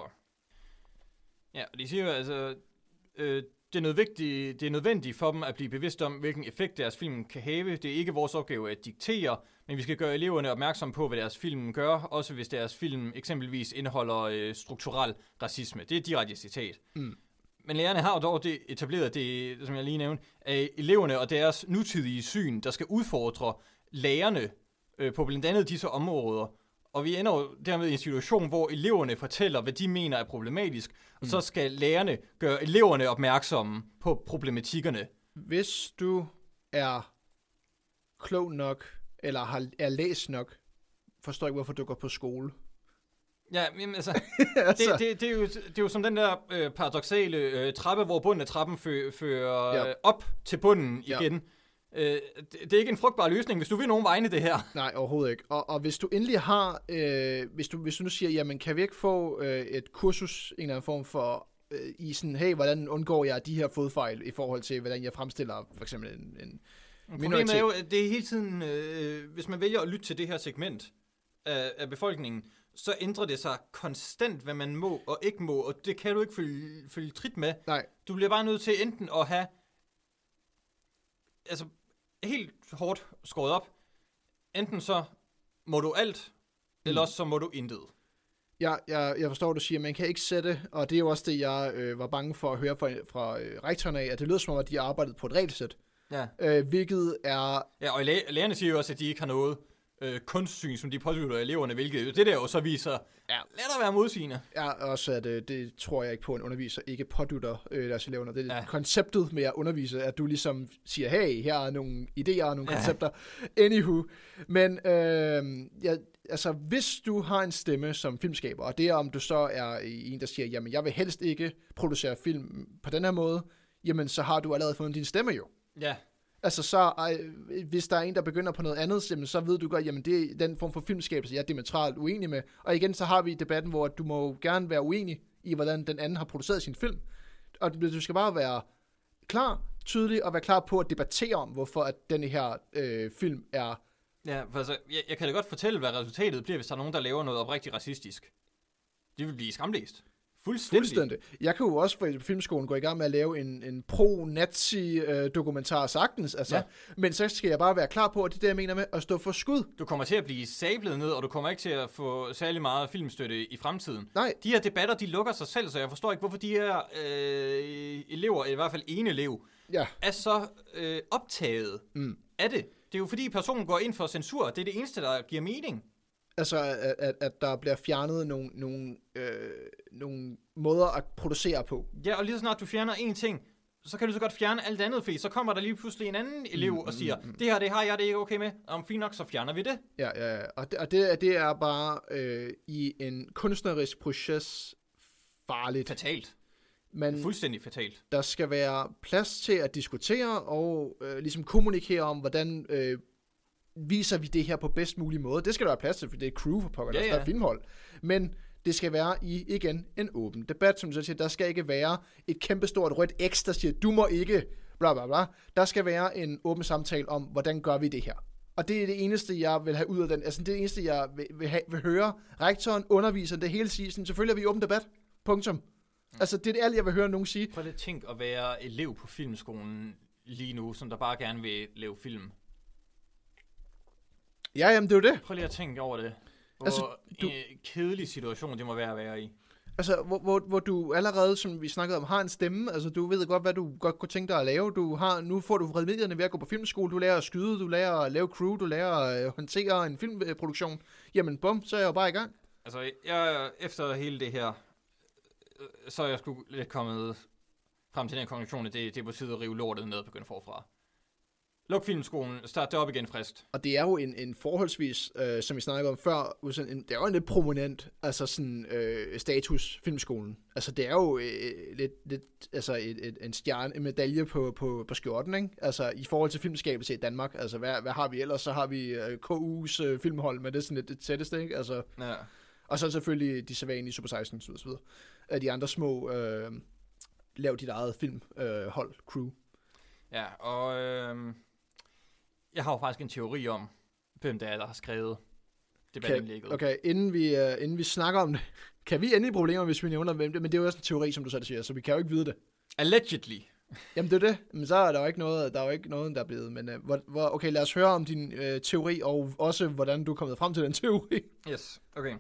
Ja, og de siger jo altså, det er nødvendigt for dem at blive bevidst om, hvilken effekt deres film kan have. Det er ikke vores opgave at diktere, men vi skal gøre eleverne opmærksom på, hvad deres film gør, også hvis deres film eksempelvis indeholder strukturel racisme. Det er et direkte citat. Mm. Men lærerne har jo dog det etableret, det, som jeg lige nævnte, af eleverne og deres nutidige syn, der skal udfordre lærerne på blandt andet disse områder. Og vi ender jo dermed i en situation, hvor eleverne fortæller, hvad de mener er problematisk, og så skal lærerne gøre eleverne opmærksomme på problematikkerne. Hvis du er klog nok, eller er læst nok, forstår ikke, hvorfor du går på skole. Ja, men altså, det er jo som den der paradoksale trappe, hvor bunden af trappen fører op til bunden igen. Det er ikke en frugtbar løsning, hvis du vil nogen vegne det her. Nej, overhovedet ikke. Og hvis du endelig har, hvis du nu siger, jamen kan vi ikke få et kursus, en eller anden form for, i sådan, hey, hvordan undgår jeg de her fodfejl i forhold til, hvordan jeg fremstiller for eksempel en Problemet er jo, at det er hele tiden, hvis man vælger at lytte til det her segment af befolkningen, så ændrer det sig konstant, hvad man må og ikke må, og det kan du ikke følge trit med. Nej. Du bliver bare nødt til enten at have altså helt hårdt skåret op. Enten så må du alt, eller også så må du intet. Ja, jeg forstår, hvad du siger, man kan ikke sætte, og det er jo også det, jeg var bange for at høre fra rektoren af, at det lyder som om, at de har arbejdet på et regelsæt. Ja. Hvilket er... Ja, og lærerne siger jo også, at de ikke har noget kunstsyn, som de påskyder eleverne, hvilket det der jo så viser, let at være modsigende. Ja, også at det tror jeg ikke på, en underviser ikke pådutter deres elever. Det er konceptet med at undervise, at du ligesom siger, hey, her er nogle idéer og nogle koncepter. Anywho. Men altså, hvis du har en stemme som filmskaber, og det er, om du så er en, der siger, jamen, jeg vil helst ikke producere film på den her måde, jamen, så har du allerede fundet din stemme jo. Ja. Altså så, hvis der er en, der begynder på noget andet, så ved du godt, jamen det er den form for filmskabelse, jeg er diametralt uenig med. Og igen, så har vi debatten, hvor du må gerne være uenig i, hvordan den anden har produceret sin film. Og du skal bare være klar, tydelig, og være klar på at debattere om, hvorfor at denne her film er... Ja, for altså, jeg kan da godt fortælle, hvad resultatet bliver, hvis der er nogen, der laver noget oprigtigt racistisk. Det vil blive skamlæst. Fuldstændig. Jeg kan jo også på filmskolen gå i gang med at lave en pro-nazi-dokumentar sagtens, altså. Ja. Men så skal jeg bare være klar på, at det er det, jeg mener med at stå for skud. Du kommer til at blive sablet ned, og du kommer ikke til at få særlig meget filmstøtte i fremtiden. Nej. De her debatter, de lukker sig selv, så jeg forstår ikke, hvorfor de her elever, i hvert fald en elev, er så optaget af det. Det er jo fordi personen går ind for censur. Det er det eneste, der giver mening. Altså, at der bliver fjernet nogle måder at producere på. Ja, og lige så snart du fjerner en ting, så kan du så godt fjerne alt andet, fordi så kommer der lige pludselig en anden elev og siger, det her, det har jeg det ikke okay med, og fint nok, så fjerner vi det. Ja. Og det er bare i en kunstnerisk proces farligt. Fatalt. Men fuldstændig fatalt. Der skal være plads til at diskutere og ligesom kommunikere om, hvordan viser vi det her på bedst mulig måde. Det skal der være plads til, for det er crew for pokker, der er filmhold. Men det skal være igen en åben debat, som du siger. Der skal ikke være et kæmpestort rødt X, der siger, du må ikke, bla bla bla. Der skal være en åben samtale om, hvordan gør vi det her. Og det er det eneste, jeg vil have ud af den. Altså det er det eneste, jeg vil høre rektoren, underviseren, det hele sige. Sådan, selvfølgelig er vi i åben debat. Punktum. Altså det er alt, jeg vil høre nogen sige. Prøv lige at tænke at være elev på filmskolen lige nu, som der bare gerne vil lave film. Ja, jamen det er jo det. Prøv lige at tænke over det. Hvor kedelig situation det må være i. Altså, hvor du allerede, som vi snakkede om, har en stemme. Altså, du ved godt, hvad du godt kunne tænke dig at lave. Nu får du redmedierne ved at gå på filmskole. Du lærer at skyde, du lærer at lave crew, du lærer at håndtere en filmproduktion. Jamen, bum, så er jeg jo bare i gang. Altså, efter hele det her, så er jeg sgu lidt kommet frem til den konklusion, at det er på tide at rive lortet ned og begynde forfra. Luk filmskolen, start det op igen frist. Og det er jo en forholdsvis, som vi snakkede om før, det er jo en lidt prominent altså sådan, status, filmskolen. Altså det er jo lidt altså en medalje på skjorten, ikke? Altså i forhold til filmskabelse i Danmark. Altså hvad har vi ellers? Så har vi KU's filmhold, men det er sådan lidt det tætteste, ikke? Altså, ja. Og så selvfølgelig de sædvanlige Super 16 og så videre. De andre små, lav dit eget filmhold, crew. Ja, og jeg har jo faktisk en teori om, hvem det er, der har skrevet debatindlægget. Okay, inden vi snakker om det, kan vi ende i problemer, hvis vi nævner hvem det, men det er jo også en teori, som du selv siger, så vi kan jo ikke vide det. Allegedly. Jamen det er det, men så er der jo ikke noget, der er blevet, men okay, lad os høre om din teori, og også hvordan du er kommet frem til den teori. Yes, okay.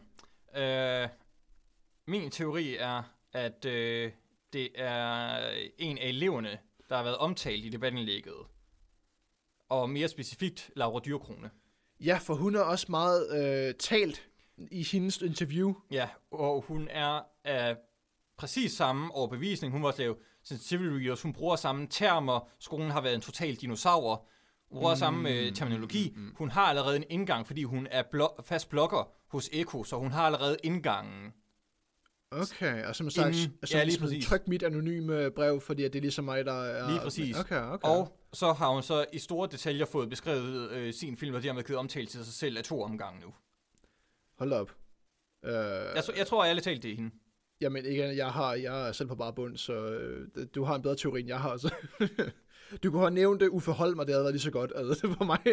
Min teori er, at det er en af eleverne, der har været omtalt i debatindlægget. Og mere specifikt Laura Dyrkrone. Ja, for hun er også meget talt i hendes interview. Ja, og hun er af præcis samme overbevisning. Hun var også lavet sensitivity readers. Hun bruger samme termer. Skolen har været en total dinosaur. Hun bruger samme terminologi. Hun har allerede en indgang, fordi hun er fast blogger hos Eko, så hun har allerede indgangen. Okay, og som sagt, tryk mit anonyme brev, fordi det er ligesom mig, der er... Lige præcis. Okay. Og så har hun så i store detaljer fået beskrevet sin film, og det har med givet omtale til sig selv af 2 omgange nu. Hold op. Jeg tror ærligt talt, det er hende. Jamen igen, jeg er selv på bare bund, så du har en bedre teori, end jeg har. Så. Du kunne have nævnt det, Uffe Holm, og det havde været lige så godt, altså det for mig.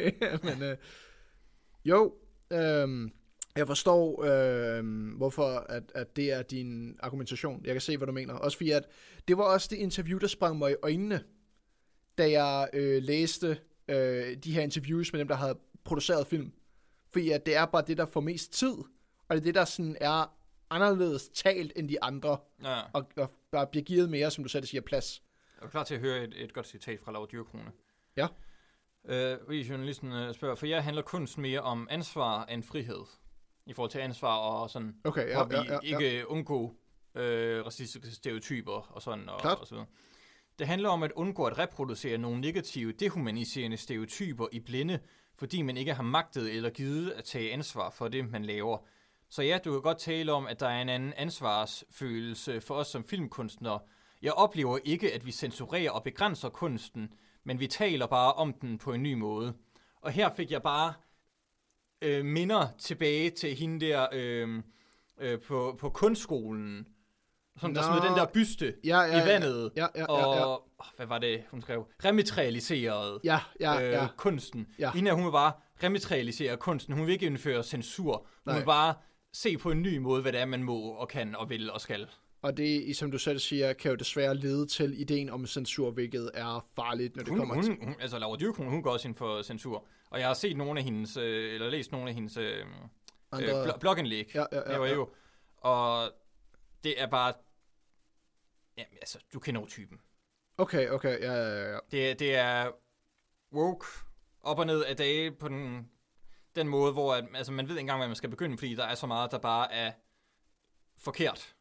Men jeg forstår, hvorfor at det er din argumentation. Jeg kan se, hvad du mener. Også fordi, at det var også det interview, der sprang mig i øjnene, da jeg læste de her interviews med dem, der havde produceret film. Fordi at det er bare det, der får mest tid, og det er det, der sådan er anderledes talt end de andre, og der bliver givet mere, som du selv siger, plads. Jeg er klar til at høre et godt citat fra Laura Dyrkrone. Ja. Journalisten spørger, for jeg handler kunst mere om ansvar end frihed. I forhold til ansvar og sådan, hvor vi ikke undgå racistiske stereotyper og sådan og så videre. Det handler om at undgå at reproducere nogle negative, dehumaniserende stereotyper i blinde, fordi man ikke har magtet eller givet at tage ansvar for det, man laver. Så ja, du kan godt tale om, at der er en anden ansvarsfølelse for os som filmkunstnere. Jeg oplever ikke, at vi censurerer og begrænser kunsten, men vi taler bare om den på en ny måde. Og her fik jeg bare minder tilbage til hende der på kunstskolen, som der smed den der byste i vandet. Og hvad var det, hun skrev? Rematerialiseret kunsten. Ja. Hende her, hun vil bare rematerialisere kunsten. Hun vil ikke indføre censur. Hun vil bare se på en ny måde, hvad det er, man må og kan og vil og skal. Og det, som du selv siger, kan jo desværre lede til ideen om censur, hvilket er farligt, når det kommer til... Altså, Laura Dyrkron, hun går også ind for censur. Og jeg har set nogle af hendes, eller læst nogle af hendes blogindlæg. Ja. Og det er bare... Jamen, altså, du kender jo typen. Okay, ja. Det er woke, op og ned af dage på den måde, hvor altså, man ved ikke engang, hvad man skal begynde, fordi der er så meget, der bare er forkert.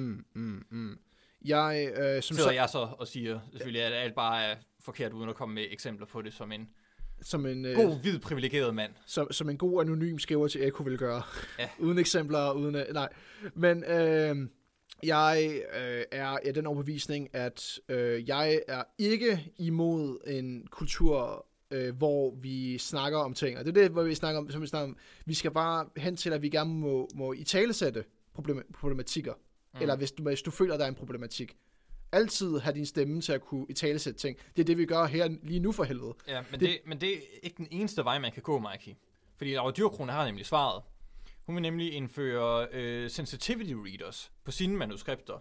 Sidder jeg så og siger selvfølgelig, at alt bare er forkert, uden at komme med eksempler på det, som en god, hvid, privilegeret mand. Som en god anonym skriver til Eko vil gøre. Ja. Uden eksempler, uden... Nej. Men jeg er af den overbevisning, at jeg er ikke imod en kultur, hvor vi snakker om ting. Og det er det, hvor vi snakker om, vi skal bare hen til, at vi gerne må italesætte problematikker. Eller hvis du føler, der er en problematik. Altid have din stemme til at kunne italesætte ting. Det er det, vi gør her lige nu for helvede. Ja, men det er ikke den eneste vej, man kan gå, Mikey. Fordi Laura Dyrkron har nemlig svaret. Hun vil nemlig indføre sensitivity readers på sine manuskripter.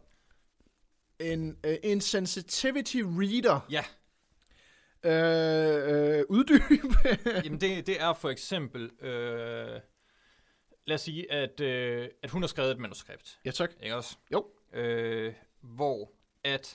En sensitivity reader? Ja. Uddyb. Jamen det er for eksempel... lad os sige, at hun har skrevet et manuskript. Ja, tak. Ikke også? Jo. Hvor at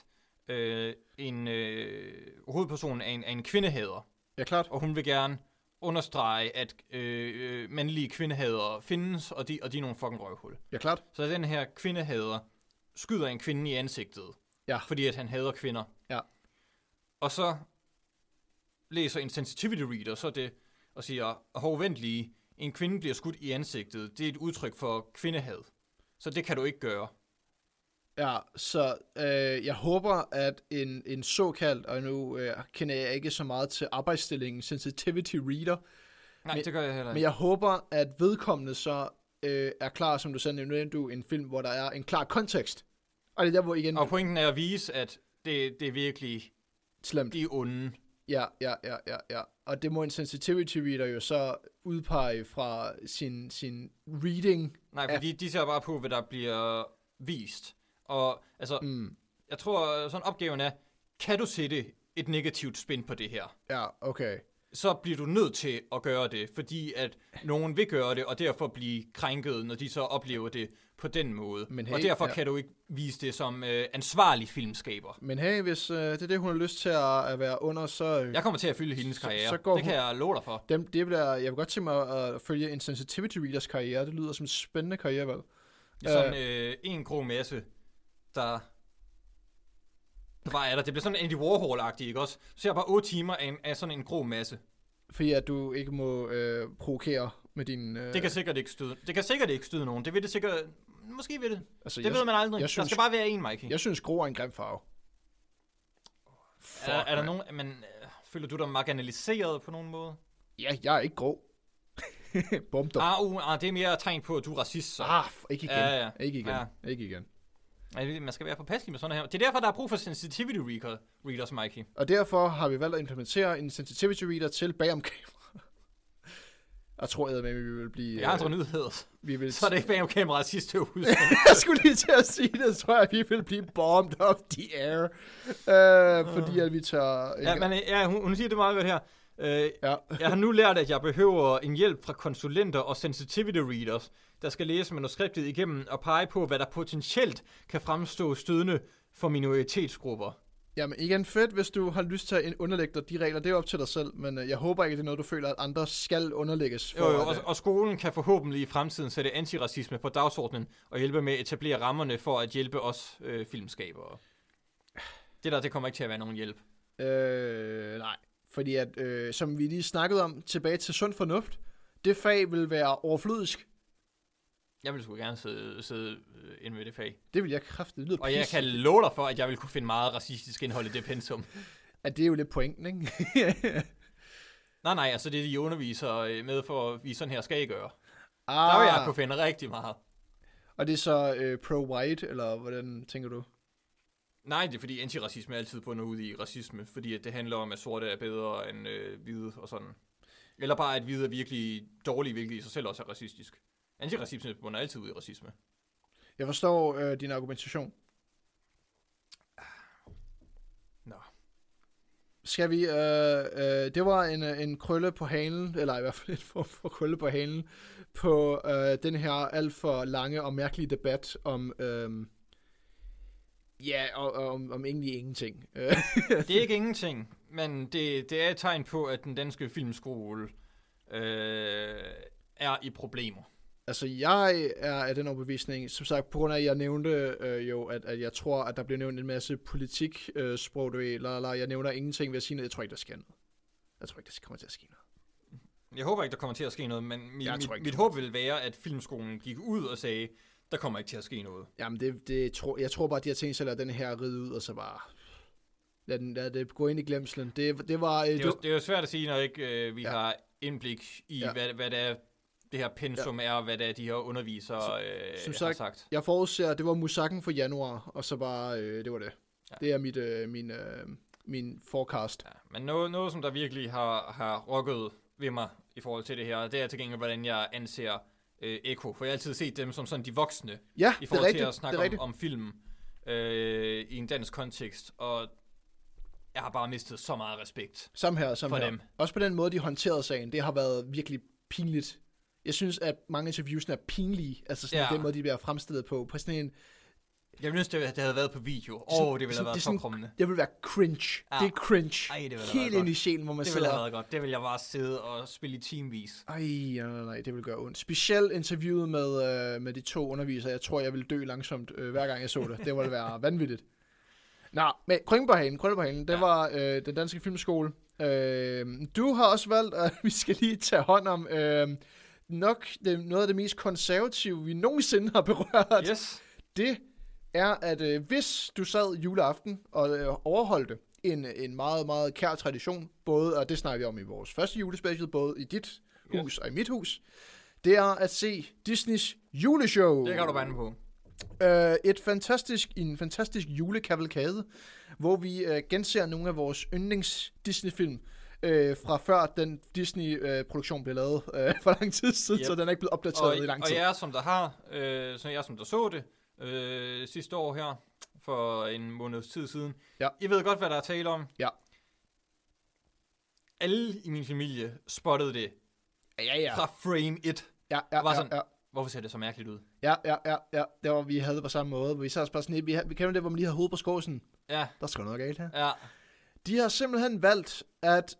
hovedpersonen er en kvindehader. Ja, klart. Og hun vil gerne understrege, at mandlige kvindehader findes, og de er nogle fucking røvhul. Ja, klart. Så den her kvindehader skyder en kvinde i ansigtet, fordi at han hader kvinder. Ja. Og så læser en sensitivity reader så det, og siger, vent lige, en kvinde bliver skudt i ansigtet, det er et udtryk for kvindehad. Så det kan du ikke gøre. Ja, så jeg håber, at en såkaldt, og nu kender jeg ikke så meget til arbejdsstillingen, sensitivity reader. Nej, det gør jeg heller ikke. Men jeg håber, at vedkommende så er klar, som du sagde, nu en film, hvor der er en klar kontekst. Og det er der, hvor igen... Og pointen er at vise, at det er virkelig slemt. De er onde. Ja. Og det må en sensitivity reader jo så udpege fra sin reading. Nej, fordi de ser bare på, hvad der bliver vist. Og altså, jeg tror, sådan opgaven er, kan du sætte et negativt spin på det her? Ja, okay. Så bliver du nødt til at gøre det, fordi at nogen vil gøre det, og derfor blive krænket, når de så oplever det på den måde. Og derfor kan du ikke vise det som ansvarlig filmskaber. Men hey, hvis det er det, hun har lyst til at være under, så... Jeg kommer til at følge hendes karriere. Det kan jeg love dig for. Jeg vil godt tænke mig at følge en sensitivity readers karriere. Det lyder som en spændende karrierevalg. Det er sådan en grå masse, der bare er der. Det bliver sådan Andy Warhol-agtigt, ikke også? Så ser jeg bare 8 timer af sådan en grå masse. Fordi at du ikke må provokere med din... Det kan sikkert ikke støde nogen. Det vil det sikkert... Måske ved det. Altså, det ved man aldrig. Der skal bare være en, Mikey. Jeg synes, grå er en grim farve. Er der nogen... Men føler du dig marginaliseret på nogen måde? Ja, jeg er ikke grå. Det er mere tegn på, at du er racist, så. Ikke igen. Ja. Ikke igen. Man skal være påpasselig med sådan her. Det er derfor, der er brug for sensitivity readers, Mikey. Og derfor har vi valgt at implementere en sensitivity reader til bagom kamera. Jeg tror, at vi vil blive... Jeg har andre nyheder. Så er det ikke bagom kamera sidste uge. Jeg skulle lige til at sige det. Så tror jeg, at vi vil blive bombed off the air. Fordi at vi tager... Hun siger det meget godt her. Jeg har nu lært, at jeg behøver en hjælp fra konsulenter og sensitivity readers, der skal læse manuskriptet igennem og pege på, hvad der potentielt kan fremstå stødende for minoritetsgrupper. Jamen igen, fedt, hvis du har lyst til at underlægge dig de regler, det er op til dig selv, men jeg håber ikke, det er noget, du føler, at andre skal underlægges. Og skolen kan forhåbentlig i fremtiden sætte antiracisme på dagsordenen og hjælpe med at etablere rammerne for at hjælpe os filmskabere. Det kommer ikke til at være nogen hjælp. Nej. Fordi at, som vi lige snakkede om, tilbage til sund fornuft, det fag vil være overflødisk. Jeg vil sgu gerne sidde inde ved det fag. Det vil jeg kraftigt. Og jeg kan love dig for, at jeg vil kunne finde meget racistisk indhold i det pensum. At det er jo lidt pointen, ikke? nej, altså det de underviser med for at vise sådan her skal I gøre. Der vil jeg kunne finde rigtig meget. Og det er så pro-white, eller hvordan tænker du? Nej, det er fordi antiracisme er altid bundet ud i racisme, fordi at det handler om, at sorte er bedre end hvide og sådan. Eller bare, at hvide er virkelig dårlige, hvilket i sig selv også er racistisk. Antiracisme bunder altid ud i racisme. Jeg forstår din argumentation. Skal vi... det var en krølle på halen, eller i hvert fald for krølle på halen, på den her alt for lange og mærkelige debat om... om egentlig ingenting. Det er ikke ingenting, men det er et tegn på, at den danske filmskole er i problemer. Altså, jeg er af den overbevisning, som sagt, på grund af, at jeg nævnte at jeg tror, at der bliver nævnt en masse politiksprog, eller jeg nævner ingenting ved at sige noget. Jeg tror ikke, der sker noget. Jeg tror ikke, der kommer til at ske noget. Jeg håber ikke, der kommer til at ske noget, men mit håb vil være, at filmskolen gik ud og sagde, der kommer ikke til at ske noget. Jamen, jeg tror bare, at de har tænkt sig at lade den her ride ud, og så bare lad det gå ind i glemslen. Det er jo svært at sige, når ikke vi har indblik i, hvad det er, det her pensum er, og hvad det er, de her undervisere har sagt. Jeg forudser, at det var musakken for januar, og så bare, det var det. Ja. Det er min forecast. Ja, men noget, som der virkelig har rokket ved mig i forhold til det her, det er til gengæld, hvordan jeg anser Echo. For jeg har altid set dem som sådan de voksne, i forhold til at snakke om film i en dansk kontekst, og jeg har bare mistet så meget respekt for dem. Også på den måde, de håndterede sagen, det har været virkelig pinligt. Jeg synes, at mange interviewsene er pinlige, altså sådan den måde, de bliver fremstillet på sådan en... Jeg ville ønske, det havde været på video. Det ville have været topkrummende. Det ville være cringe. Ja. Det er cringe. Ej, det ville helt ind i sjælen, hvor man sidder... Det ville have været godt. Det ville jeg bare sidde og spille i teamvis. Nej, det ville gøre ondt. Specielt interviewet med de to undervisere. Jeg tror, jeg ville dø langsomt, hver gang jeg så det. Det ville være vanvittigt. Nå, men Krølle på halen, det var den danske filmskole. Du har også valgt, at vi skal lige tage hånd om nok noget af det mest konservative, vi nogensinde har berørt. Yes. Det er, at hvis du sad juleaften og overholdte en meget, meget kær tradition, både, og det snakker vi om i vores første julespecial, både i dit hus og i mit hus, det er at se Disneys juleshow. Det kan du bande på. En fantastisk julekavalkade, hvor vi genser nogle af vores yndlings Disney-film fra før den Disney-produktion blev lavet for lang tid siden, så den er ikke blevet opdateret i lang tid. Og jeg som der så det sidste år her, for en måneds tid siden. Ja. I ved godt, hvad der er tale om. Ja. Alle i min familie spottede det fra frame 1. Hvorfor ser det så mærkeligt ud? Ja. Det var, vi havde det på samme måde. Vi sad bare sådan, vi kender det, hvor man lige har hovedet på skåsen. Ja. Der skal noget galt her. Ja. De har simpelthen valgt at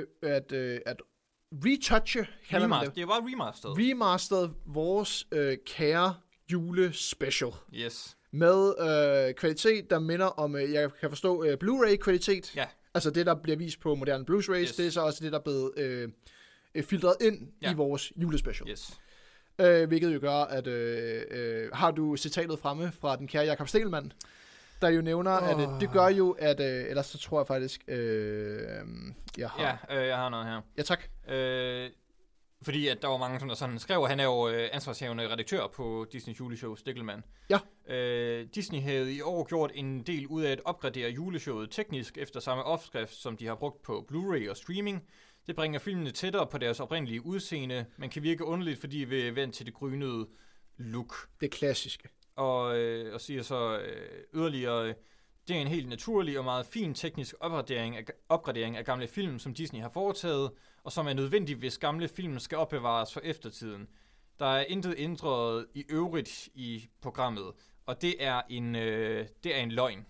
retouche, kalder man det. Det var remasteret. Remasteret vores kære julespecial. Yes. Med kvalitet, der minder om, jeg kan forstå, Blu-ray-kvalitet. Ja. Altså det, der bliver vist på moderne Blu-rays, yes. Det er så også det, der er blevet filtreret ind i vores julespecial. Yes. Hvilket jo gør, at har du citatet fremme fra den kære Jakob Stelmann, der jo nævner, at det gør jo, at ellers så tror jeg faktisk, jeg har... Ja, jeg har noget her. Ja, tak. Fordi at der var mange, som der sådan skrev, han er jo ansvarshavende redaktør på Disney's juleshow, Stikkelmann. Ja. Disney havde i år gjort en del ud af at opgradere juleshowet teknisk efter samme opskrift, som de har brugt på Blu-ray og streaming. Det bringer filmene tættere på deres oprindelige udseende, men kan virke underligt, fordi vi er vant til det grynede look. Det klassiske. Og siger så yderligere, det er en helt naturlig og meget fin teknisk opgradering af gamle film, som Disney har foretaget, og som er nødvendig, hvis gamle film skal opbevares for eftertiden. Der er intet ændret i øvrigt i programmet, og det er en løgn.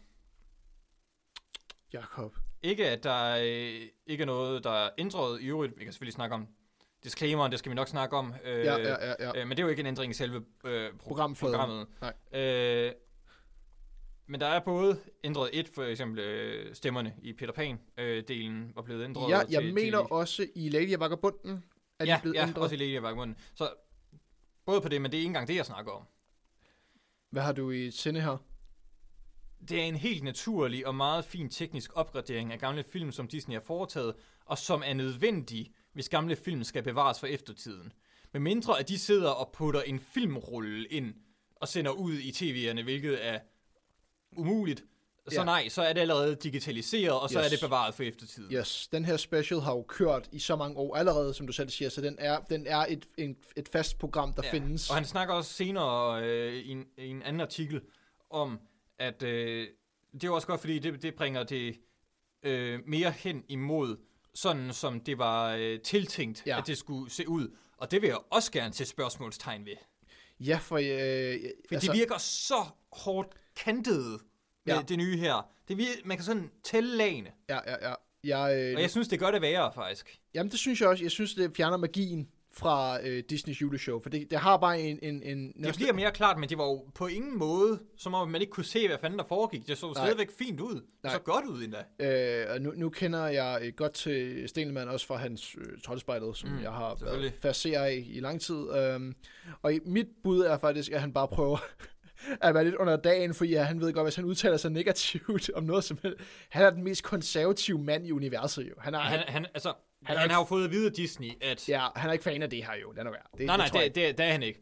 Jakob. Ikke at der ikke er noget, der er ændret i øvrigt. Vi kan selvfølgelig snakke om disclaimeren, det skal vi nok snakke om. Ja. Men det er jo ikke en ændring i selve programmet. Nej. Men der er både ændret for eksempel stemmerne i Peter Pan-delen var blevet ændret. Ja, jeg mener også i Lady og Vagabunden er de blevet ændret. Ja, også i Lady og Vagabunden. Så både på det, men det er ikke engang det, jeg snakker om. Hvad har du i sinde her? Det er en helt naturlig og meget fin teknisk opgradering af gamle film, som Disney har foretaget, og som er nødvendig, hvis gamle film skal bevares for eftertiden. Med mindre at de sidder og putter en filmrulle ind og sender ud i tv'erne, hvilket er umuligt, så er det allerede digitaliseret, og så er det bevaret for eftertiden. Yes, den her special har jo kørt i så mange år allerede, som du selv siger, så den er et fast program, der findes. Og han snakker også senere i en anden artikel om, at det er også godt, fordi det bringer det mere hen imod sådan, som det var tiltænkt, at det skulle se ud. Og det vil jeg også gerne sætte spørgsmålstegn ved. Ja, for det virker så hårdt kantet med det nye her. Man kan sådan tælle lagene. Ja. Og jeg synes, det gør det værre, faktisk. Jamen, det synes jeg også. Jeg synes, det fjerner magien fra Disneys juleshow, for det har bare en det bliver mere klart, men det var jo på ingen måde, som om man ikke kunne se, hvad fanden der foregik. Det så stadigvæk fint ud. Det så godt ud endda. Og nu kender jeg godt til Stelman også fra hans Troldspejlet, som jeg har været fascineret af i lang tid. Og mit bud er faktisk, at han bare prøver at være lidt under dagen, fordi han ved godt, hvis han udtaler sig negativt om noget som helst. Han er den mest konservative mand i universet, jo. Han har jo fået at vide af Disney, at... Ja, han er ikke fan af det her, jo. Lad nu være. Det er han ikke.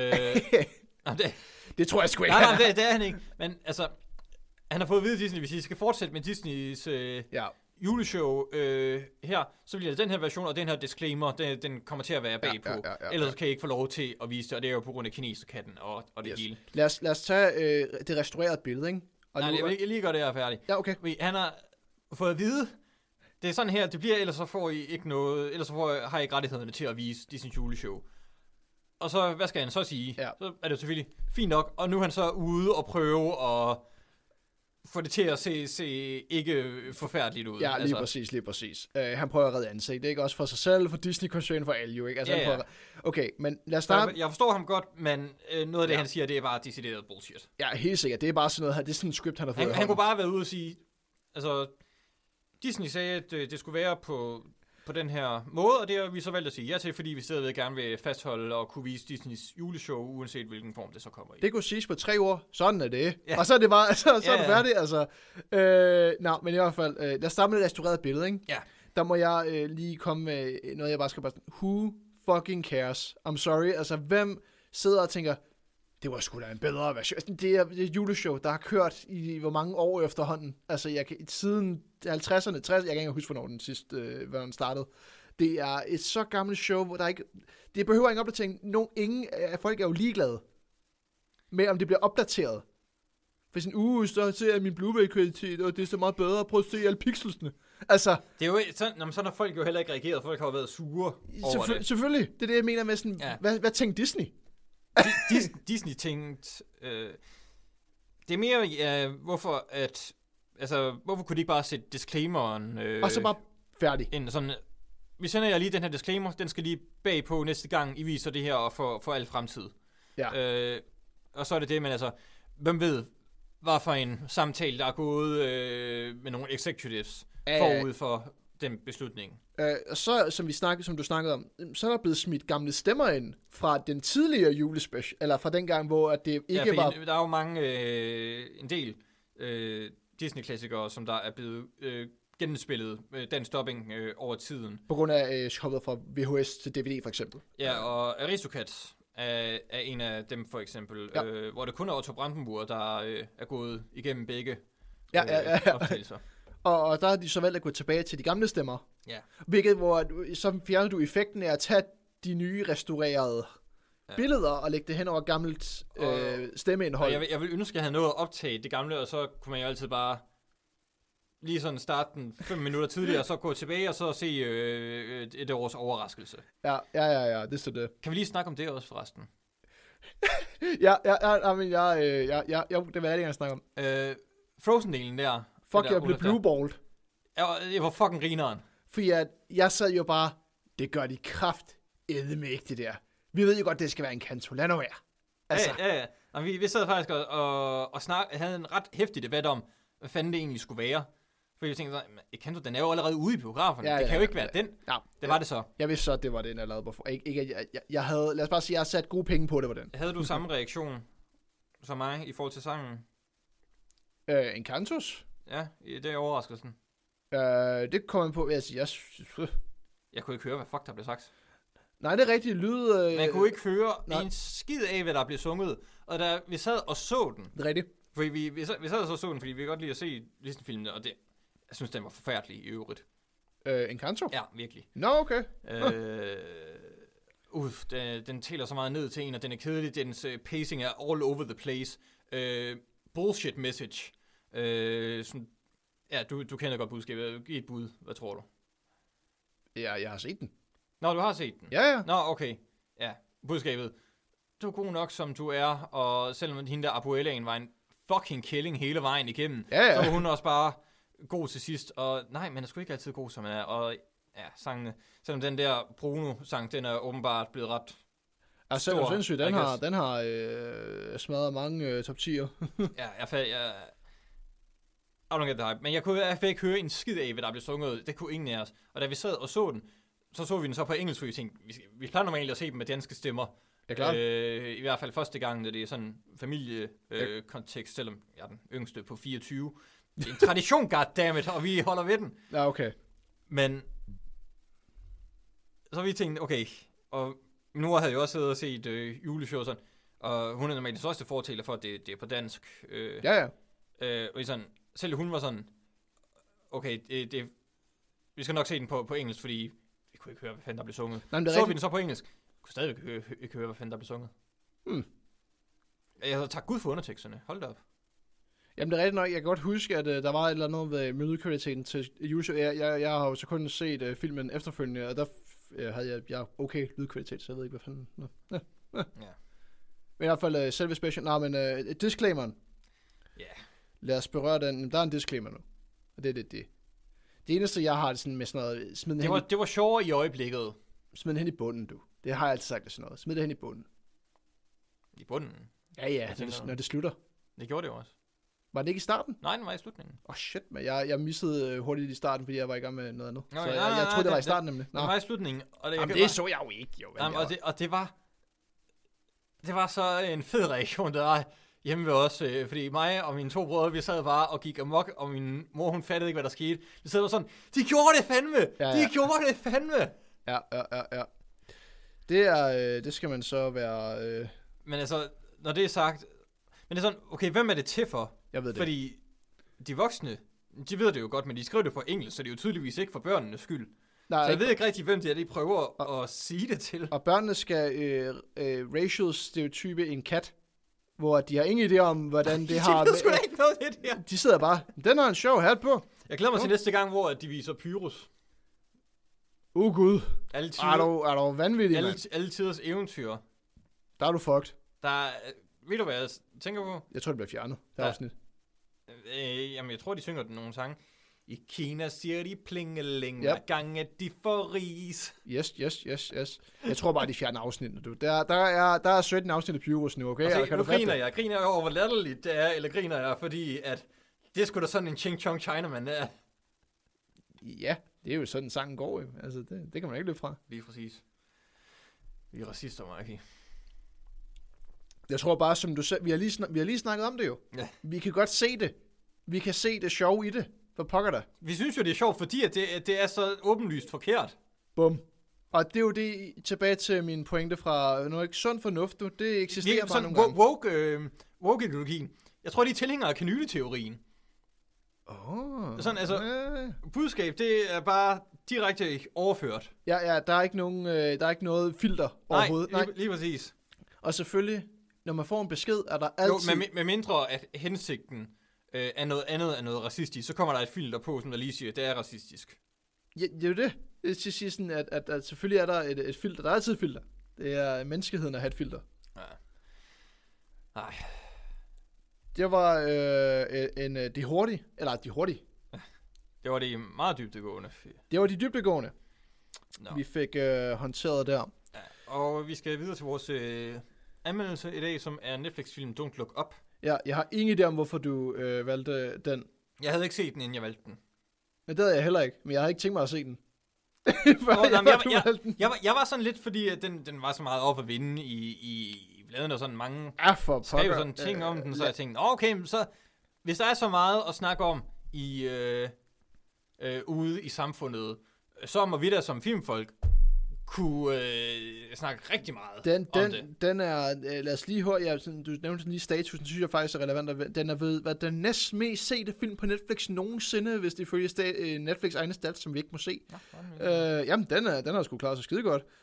Det tror jeg sgu ikke. Nej, det er han ikke. Men altså, han har fået at vide af Disney, hvis I skal fortsætte med Disneys juleshow her, så bliver det den her version, og den her disclaimer, den kommer til at være bagpå. Ellers kan I ikke få lov til at vise det, og det er jo på grund af kineserkatten og det hele. Lad os tage det restaurerede billede, ikke? Og nej, jeg vil lige gøre det her færdigt. Ja, okay. Han har fået at vide, det er sådan her, det bliver, ellers så får I ikke noget, ellers så har I ikke rettighederne til at vise Disney juleshow. Og så, hvad skal han så sige? Ja. Så er det selvfølgelig fint nok, og nu er han så ude og prøve at få det til at se ikke forfærdeligt ud. Ja, lige præcis. Han prøver at redde ansigt, ikke også for sig selv, for Disney-koncernen, for alle jo, ikke? Altså, han prøver. Okay, men lad os starte. Jeg forstår ham godt, men noget af det, han siger, det er bare decideret bullshit. Ja, helt sikkert. Det er bare sådan noget her, det er sådan et script, han har fået. Han kunne bare være ude og sige, altså, Disney sagde, at det skulle være på den her måde, og det har vi så valgt at sige ja til, fordi vi stadigvæk gerne vil fastholde og kunne vise Disneys juleshow, uanset hvilken form det så kommer i. Det kunne siges på 3 år, sådan er det. Ja. Og så er det bare, så er det færdigt, altså. Men i hvert fald, lad os starte med et restaureret billede, ikke? Ja. Der må jeg lige komme med noget, jeg bare skal who fucking cares? I'm sorry, altså hvem sidder og tænker, det var sgu da en bedre version. Det er et juleshow, der har kørt i hvor mange år efterhånden. Altså, siden 50'erne, 60'erne, jeg kan ikke huske, hvornår den sidste, hvor den startede. Det er et så gammelt show, hvor der ikke... Det behøver ingen opdatering. Ingen af folk er jo ligeglade med, om det bliver opdateret. For sådan, så ser jeg min Blu-ray-kvalitet, og det er så meget bedre. Prøv at se alle pixelsene. Altså... Det er jo sådan har folk jo heller ikke reageret. Folk har jo været sure over det. Selvfølgelig. Det er det, jeg mener med sådan... Ja. Hvad tænkte Disney? Disney tænkte, det er mere, hvorfor kunne de ikke bare sætte disclaimeren og så bare færdig ind, sådan, vi sender jer lige den her disclaimer, den skal lige bagpå næste gang I viser det her og for al fremtid. Ja. Og så er det, men altså, hvem ved, hvad for en samtale der er gået med nogle executives forud for den beslutning. Så, som du snakkede om, så er der blevet smidt gamle stemmer ind fra den tidligere julespecial, eller fra den gang, hvor det ikke var... Der er jo en del Disney-klassikere, som der er blevet genspillet dansk dubbing over tiden. På grund af shoppet fra VHS til DVD, for eksempel. Ja, og Aristocats er en af dem, for eksempel, hvor det kun er Otto Brandenburg, der er gået igennem begge optagelser. Og der har de så valgt at gå tilbage til de gamle stemmer. Ja. Hvilket, hvor så fjerner du effekten af at tage de nye restaurerede billeder og lægge det hen over gammelt stemmeindhold. Og jeg vil ønske, at jeg havde nået at optage det gamle, og så kunne man jo altid bare lige sådan starte den 5 minutter tidligere, og så gå tilbage og så se et års overraskelse. Ja, det er det. Kan vi lige snakke om det også forresten? ja, det var det, jeg snakke om. Frozen-delen der. Fuck, jeg blev blueballed. Jeg var fucking grineren. Fordi jeg sad jo bare, det gør de kraftedeme ikke det der. Vi ved jo godt, det skal være en kanto. Lad nu være. Altså. Ja. Og vi sad faktisk og havde en ret heftig debat om, hvad fanden det egentlig skulle være. Fordi jeg tænkte, kanto, den er jo allerede ude i biograferne. Det kan jo ikke være den. Ja, det var det så. Jeg vidste så, at det var den, jeg lavede på. Jeg havde, lad os bare sige, jeg har sat gode penge på, det var den. Havde du samme reaktion som mig i forhold til sangen? Encantos? Ja, det er overraskelsen. Det kom man på, jeg kunne ikke høre, hvad fuck der blev sagt. Nej, det er rigtigt lyd. Men jeg kunne ikke høre en skid af, hvad der blev sunget. Og da vi sad og så den. Det er rigtigt. Fordi vi sad og så den, fordi vi kan godt lide at se Disney-filmene, og det, jeg synes, den var forfærdelig i øvrigt. Encanto? Ja, virkelig. Nå, okay. Den tæller så meget ned til en, og den er kedelig. Dens pacing er all over the place. Bullshit message. Sådan Ja, du kender godt budskabet. Giv et bud. Hvad tror du? Ja, jeg har set den. Nå, du har set den? Ja. Nå, okay. Ja, budskabet. Du er god nok, som du er, og selvom hende der Abuelaen var en fucking killing hele vejen igennem, så var hun også bare god til sidst. Og nej, man er sgu ikke altid god, som man er. Og ja, sangene, selvom den der Bruno-sang, den er åbenbart blevet ret stor. Sindssygt, den har smadret mange top 10'er. Ja, I don't get the hype. Men jeg kunne i hvert fald ikke høre en skid af, hvad der blev sunget. Det kunne ingen af os. Og da vi sad og så den, så vi den så på engelsk, fordi vi tænkte, vi plejer normalt at se dem med danske stemmer. Ja, klart. I hvert fald første gang, da det er sådan familiekontekst, selvom jeg er den yngste på 24. Det er en tradition, goddammit, og vi holder ved den. Ja, okay. Men så har vi tænkt, okay, og nu havde jeg også siddet og set juleshow sådan, og hun er normalt den største fortæller for, at det er på dansk. Og sådan, selv hun var sådan, okay, vi skal nok se den på engelsk, fordi vi kunne ikke høre, hvad fanden der blev sunget. Så vi den så på engelsk. Vi kunne stadigvæk ikke høre, hvad fanden der blev sunget. Jeg tager Gud for underteksterne. Hold da op. Jamen det er rigtigt nok. Jeg kan godt huske, at der var et eller andet ved lydkvaliteten til YouTube. Jeg har jo så kun set filmen efterfølgende, og der havde jeg okay lydkvalitet, så jeg ved ikke, hvad fanden. Ja. Men i hvert fald selve special. Nej, men disclaimeren. Ja. Lad os berøre den. Der er en disclaimer nu. Og det er det. Det eneste, jeg har sådan med sådan noget... Det var sjovere i øjeblikket. Smid det hen i bunden, du. Det har jeg altid sagt, sådan noget. Smid det hen i bunden. I bunden? Ja, når det slutter. Det gjorde det jo også. Var det ikke i starten? Nej, den var i slutningen. Shit, men jeg missede hurtigt i starten, fordi jeg var i gang med noget andet. Så jeg troede, det var i starten nemlig. Den var i slutningen. Og det så jeg jo ikke, jo. Og det var så en fed reaktion, der var hjemme ved os, fordi mig og mine 2 brødre, vi sad bare og gik amok, og min mor, hun fattede ikke, hvad der skete. Vi sad sådan, de gjorde det fandme! De gjorde det fandme! Ja. Det skal man så være... Men altså, når det er sagt... Men det er sådan, okay, hvem er det til for? Jeg ved det. Fordi de voksne, de ved det jo godt, men de skriver det på engelsk, så det er jo tydeligvis ikke for børnenes skyld. Nej, så jeg ved ikke rigtig, hvem det er, de prøver at sige det til. Og børnene skal racial stereotype en kat, hvor de har ingen idé om, hvordan det har... De ved sgu da ikke noget af det der. De sidder bare, den har en sjov hat på. Jeg glæder mig til næste gang, hvor de viser Pyrus. Gud. Er du vanvittig, alle tiders eventyr. Der er du fucked. Ved du, hvad jeg tænker på? Jeg tror, det bliver fjernet, det afsnit. Jamen, jeg tror, de synger nogle sange. I Kina siger de plingeling, hver gang at de får ris. Yes. Jeg tror bare, de fjerner afsnittet, du. Der er 17 afsnit af Pyrus nu, okay? Altså, nu griner jeg. Griner jeg over, hvor latterligt det er, eller griner jeg, fordi at det er sgu da sådan en Ching Chong Chinaman, der. Ja, det er jo sådan, sangen går jo. Altså, det kan man ikke løbe fra. Lige præcis. Vi er racister, Marki. Jeg tror bare, som du sagde, vi har lige snakket om det jo. Ja. Vi kan godt se det. Vi kan se det sjove i det. Hvad pokker der? Vi synes jo, det er sjovt, fordi at det er så åbenlyst forkert. Bum. Og det er jo det, tilbage til min pointe fra, noget ikke sund fornuft, det eksisterer bare nogle gange. Woke-ideologien. Jeg tror, de er tilhængere af kanyleteorien. Sådan, altså, budskab, det er bare direkte overført. Ja, der er ikke noget filter overhovedet. Nej, lige præcis. Og selvfølgelig, når man får en besked, er der altid... Jo, med mindre at hensigten er noget andet end noget racistisk, så kommer der et filter på, som der lige siger, det er racistisk. Ja, det er jo det. Det siger sådan, at selvfølgelig er der et filter. Der er altid et filter. Det er menneskeheden at have et filter. Ja. Nej. Det var de hurtige. Det var de meget dybdegående. Det var de dybdegående. No. Vi fik håndteret der. Ja, og vi skal videre til vores anmeldelse i dag, som er Netflix-film Don't Look Up. Ja, jeg har ingen idé om, hvorfor du valgte den. Jeg havde ikke set den, inden jeg valgte den. Men det havde jeg heller ikke, men jeg havde ikke tænkt mig at se den. Jeg var sådan lidt, fordi den var så meget op at vinde i bladene, og sådan mange skrev sådan ting om den, så jeg tænkte, okay, så hvis der er så meget at snakke om ude i samfundet, så må vi da som filmfolk kunne snakke rigtig meget om det. Den er, lad os lige høre, du nævnte lige statusen, synes jeg faktisk er relevant. Den er ved den næst mest sete film på Netflix nogensinde, hvis det følger Netflix egne stats, som vi ikke må se. Jamen, den er sgu klar så skide godt.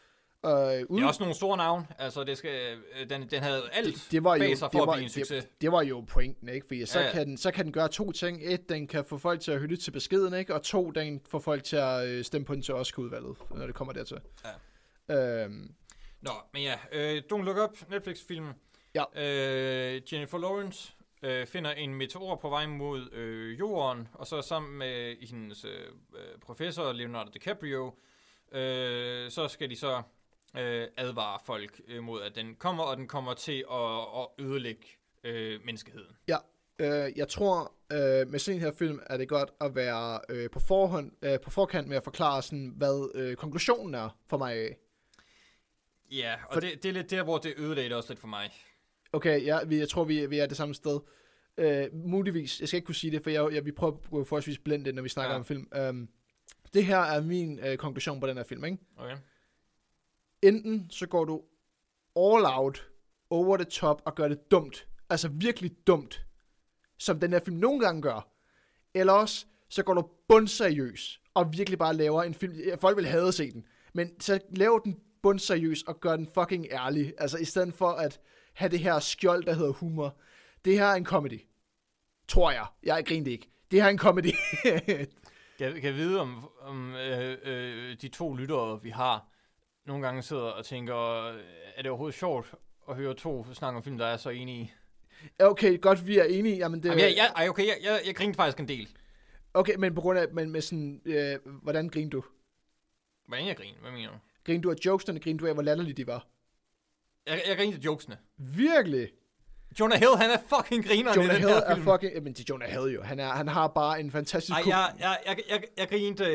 Det er også nogle store navn. Altså, den havde alt det var bag jo, sig for at blive en succes. Det var jo pointen, ikke? Fordi så kan den gøre to ting. Et, den kan få folk til at lytte til beskeden, ikke? Og to, den får folk til at stemme på den til Oscar-udvalget, når det kommer dertil. Ja. Nå, men ja. Don't Look Up, Netflix-filmen. Ja. Jennifer Lawrence finder en meteor på vej mod jorden, og så sammen med hendes professor, Leonardo DiCaprio, så skal de så advare folk mod, at den kommer, og den kommer til at ødelægge menneskeheden. Ja, jeg tror, med sådan en her film er det godt at være på forkant med at forklare, sådan, hvad konklusionen er for mig. Ja, og det er lidt der, hvor det ødelægger også lidt for mig. Okay, ja, jeg tror, vi er det samme sted. Muligvis, jeg skal ikke kunne sige det, for vi prøver at gå forholdsvis blinde, når vi snakker om film. Det her er min konklusion på den her film, ikke? Okay. Enten så går du all out, over the top, og gør det dumt. Altså virkelig dumt, som den her film nogle gange gør. Eller også, så går du bundseriøs, og virkelig bare laver en film. Folk vil have se den, men så lav den bundseriøs, og gør den fucking ærlig. Altså i stedet for at have det her skjold, der hedder humor. Det her er en comedy. Tror jeg. Jeg griner ikke. Det her er en comedy. Kan jeg vide, om de to lyttere, vi har, nogle gange sidder og tænker, er det overhovedet sjovt at høre to snakke om film, der er så enige? Okay, godt, vi er enige. Jamen, det... Jeg grinte faktisk en del. Okay, men på grund af, men med sådan, hvordan griner du? Hvordan jeg griner? Hvad mener du? Griner du af jokesene, eller griner du af, hvor latterlige de var? Jeg griner af jokesene. Virkelig? Jonah Hill, han er fucking grineren i den her film. Jonah Hill er fucking... Men til Jonah Hill jo. Han har bare en fantastisk... Jeg grinte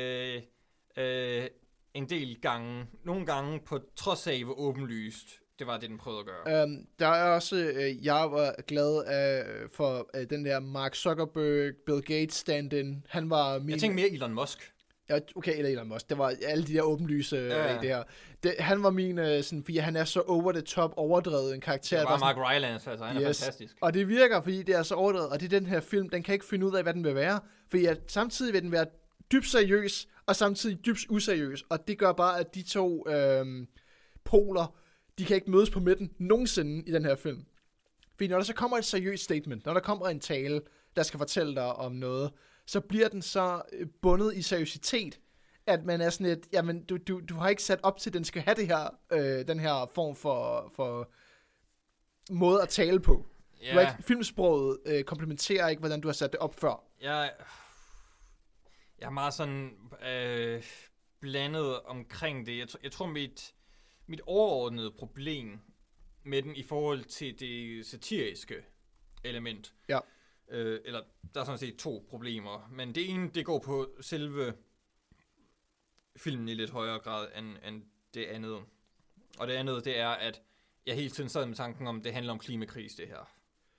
en del gange. Nogle gange på trods af, hvor åbenlyst det var det, den prøvede at gøre. Der er også... jeg var glad for den der Mark Zuckerberg, Bill Gates stand-in. Han var min... Jeg tænkte mere Elon Musk. Ja, okay, eller Elon Musk. Det var alle de der åbenlyse i det her. Han var min, sådan, fordi han er så over the top, overdrevet en karakter. Det var Mark Rylance, altså han er fantastisk. Og det virker, fordi det er så overdrevet, og det er den her film, den kan ikke finde ud af, hvad den vil være. Fordi samtidig vil den være dybt seriøs, og samtidig dybt useriøs. Og det gør bare, at de to poler, de kan ikke mødes på midten nogensinde i den her film. Fordi når der så kommer et seriøst statement, når der kommer en tale, der skal fortælle dig om noget, så bliver den så bundet i seriøsitet, at man er sådan et, jamen, du har ikke sat op til, at den skal have det her, den her form for måde at tale på. Yeah. Filmsproget komplementerer ikke, hvordan du har sat det op før. Jeg er meget sådan blandet omkring det. Jeg tror, mit overordnede problem med den i forhold til det satiriske element, eller der er sådan set to problemer, men det ene, det går på selve filmen i lidt højere grad end det andet. Og det andet, det er, at jeg hele tiden sad med tanken om, det handler om klimakris, det her.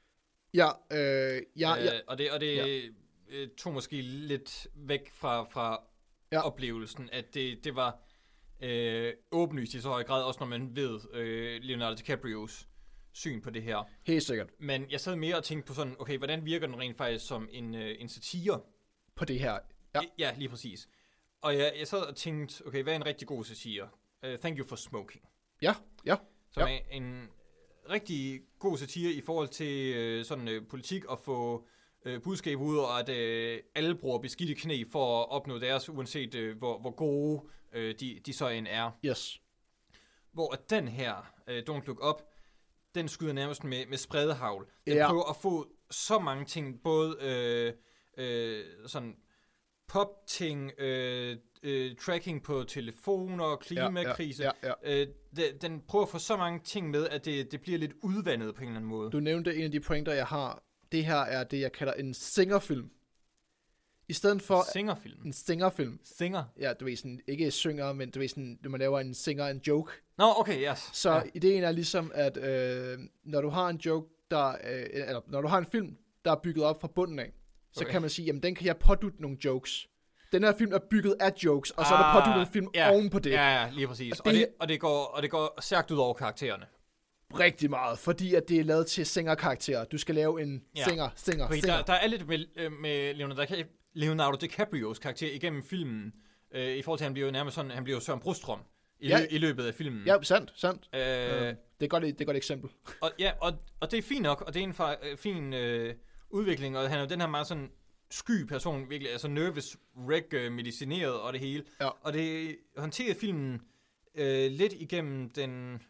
Og det tog måske lidt væk fra oplevelsen, at det var åbenlyst i så høj grad, også når man ved Leonardo DiCaprios syn på det her. Helt sikkert. Men jeg sad mere og tænkte på sådan, okay, hvordan virker den rent faktisk som en satire? På det her. Ja, lige præcis. Og jeg sad og tænkte, okay, hvad er en rigtig god satire? Thank You for Smoking. Ja. Som er en rigtig god satire i forhold til sådan politik og få budskab ud, og at alle bruger beskidte knæ for at opnå deres, uanset hvor gode de så end er. Yes. Hvor at den her, Don't Look Up, den skyder nærmest med spredehagl. Den prøver at få så mange ting, både sådan pop-ting, tracking på telefoner, klimakrise. Den prøver at få så mange ting med, at det bliver lidt udvandet på en eller anden måde. Du nævnte en af de pointer, jeg har. Det her er det, jeg kalder en singerfilm. I stedet for... En singerfilm. Singer? Ja, du ved sådan, ikke synger, men du ved sådan, når man laver en singer, en joke. Nå, okay, yes. Så ideen er ligesom, at når du har en joke, eller når du har en film, der er bygget op fra bunden af, så kan man sige, jamen den kan jeg pådutte nogle jokes. Den her film er bygget af jokes, og så er der påduttet en film oven på det. Ja, lige præcis. Og det går stærkt ud over karaktererne. Rigtig meget, fordi at det er lavet til singerkarakterer. Du skal lave en singer. Der er lidt med Leonardo DiCaprios karakter igennem filmen, i forhold til, at han bliver jo nærmest sådan, han bliver jo Søren Brostrøm i løbet af filmen. Ja, sandt. Det er et godt eksempel. Og det er fint nok, og det er en fin udvikling, og han er jo den her meget sådan sky person, virkelig, altså nervous wreck, medicineret og det hele. Ja. Og det håndterer filmen lidt igennem den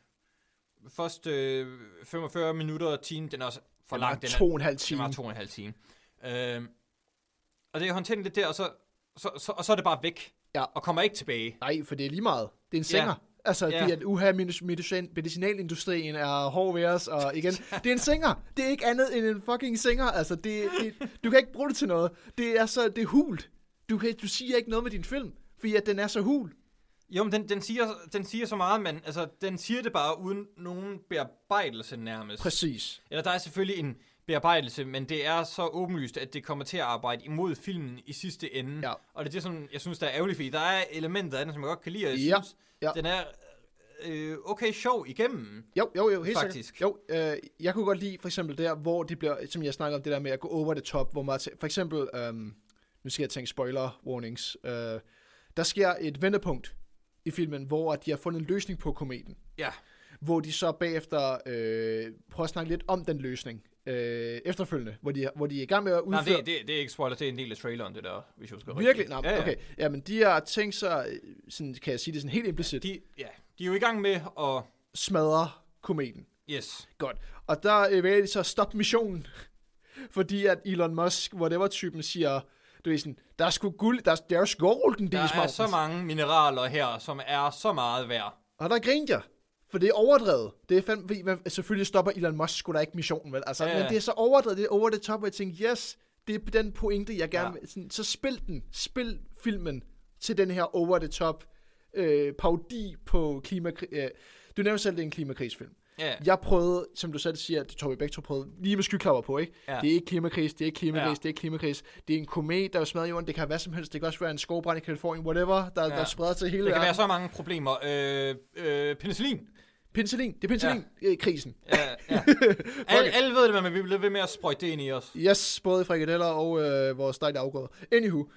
første 45 minutter og time, den er også for lang. Den var 2,5 timer. Den var 2,5 timer. Og det er håndteret lidt der, og så er det bare væk. Ja. Og kommer ikke tilbage. Nej, for det er lige meget. Det er en sænger. Ja. Altså, det at medicinalindustrien er hård ved os, og igen, det er en sænger. Det er ikke andet end en fucking sænger. Altså, du kan ikke bruge det til noget. Det er hult. Du siger ikke noget med din film, fordi at den er så hul. Jo, men den siger så meget, men altså, den siger det bare uden nogen bearbejdelse nærmest. Præcis. Eller der er selvfølgelig en bearbejdelse, men det er så åbenlyst, at det kommer til at arbejde imod filmen i sidste ende. Ja. Og det er det, som jeg synes, der er ærgerligt, fordi der er elementer af den, som jeg godt kan lide, og jeg synes, den er okay sjov igennem. Jo, helt faktisk. Sikkert. Jeg kunne godt lide for eksempel der, hvor det bliver, som jeg snakker om, det der med at gå over the top, hvor man for eksempel, nu skal jeg tænke spoiler warnings, der sker et vendepunkt i filmen, hvor de har fundet en løsning på kometen. Ja. Hvor de så bagefter prøver at snakke lidt om den løsning efterfølgende, hvor de er i gang med at udføre... Nej, det er ikke spoiler, det er en del af traileren, det der, hvis jeg skal virkelig? Nej, ja. Okay. Ja, men de har tænkt sig, sådan, kan jeg sige det sådan helt implicit. De er jo i gang med at... smadre kometen. Yes. Godt. Og der vælger de så at stoppe missionen, fordi at Elon Musk, whatever-typen, siger... Du ved sådan, der er sgu guld, der er gold in these mountains. Der er så mange mineraler her, som er så meget værd. Og der griner jeg, for det er overdrevet. Det er fandme, selvfølgelig stopper Elon Musk sgu da ikke missionen, vel? Altså, men det er så overdrevet, det er over the top, og jeg tænker, yes, det er den pointe, jeg gerne vil. Sådan, så spil filmen til den her over the top parodi på klimakris. Du nævner selv, det er en klimakrisfilm. Yeah. Jeg prøvede, som du selv siger, det tror vi begge to prøvede, lige med skyklapper på, ikke? Yeah. Det er ikke klimakris, det er ikke klimakris, det er ikke klimakris. Det er en komet, der er smadret i jorden, det kan være hvad som helst, det kan også være en skovbrand i Kalifornien, whatever, der spreder til hele verden. Det kan være så mange problemer. Penicillin. Penicillin, det er penicillin-krisen. Ja. Alle ved det, men vi bliver ved med at sprøjte det ind i os. Yes, både frikadeller og vores dejlige afgrøder. Anywho,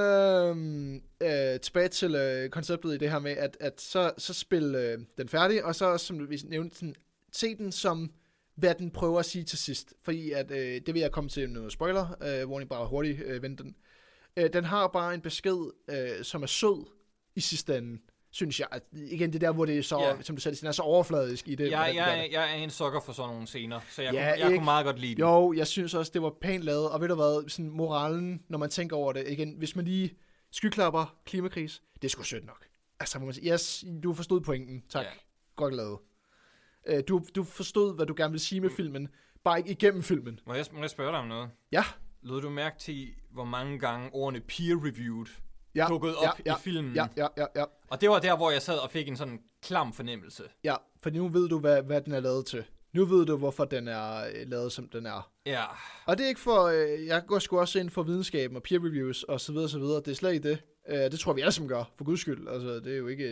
tilbage til konceptet i det her med, at så spil den færdig, og så, som vi nævnte, se den som, hvad den prøver at sige til sidst. Fordi at, det vil jeg komme til noget spoiler, hvor den bare hurtigt venter den. Den har bare en besked, som er sød i sidste ende. Synes jeg. Igen, det der, hvor det er så, som du sagde, den er så overfladisk i det. Jeg er en sukker for sådan nogle scener, så jeg kunne meget godt lide den. Jo, jeg synes også, det var pænt lavet, og ved du hvad, sådan moralen, når man tænker over det, igen, hvis man lige skyklapper, klimakris, det er sgu sødt nok. Altså, må man sige, yes, du forstod pointen, tak, godt lavet. Du forstod, hvad du gerne vil sige med filmen, bare ikke igennem filmen. Må jeg spørge dig om noget? Ja. Lød du mærke til, hvor mange gange ordene peer-reviewed dukket op i filmen? Ja. Og det var der, hvor jeg sad og fik en sådan klam fornemmelse. Ja, for nu ved du, hvad den er lavet til. Nu ved du, hvorfor den er lavet, som den er. Ja. Og det er ikke for... jeg går sgu også ind for videnskaben og peer reviews og så videre, så videre. Det er slet ikke det. Det tror vi alle sammen gør, for guds skyld. Altså, det er jo ikke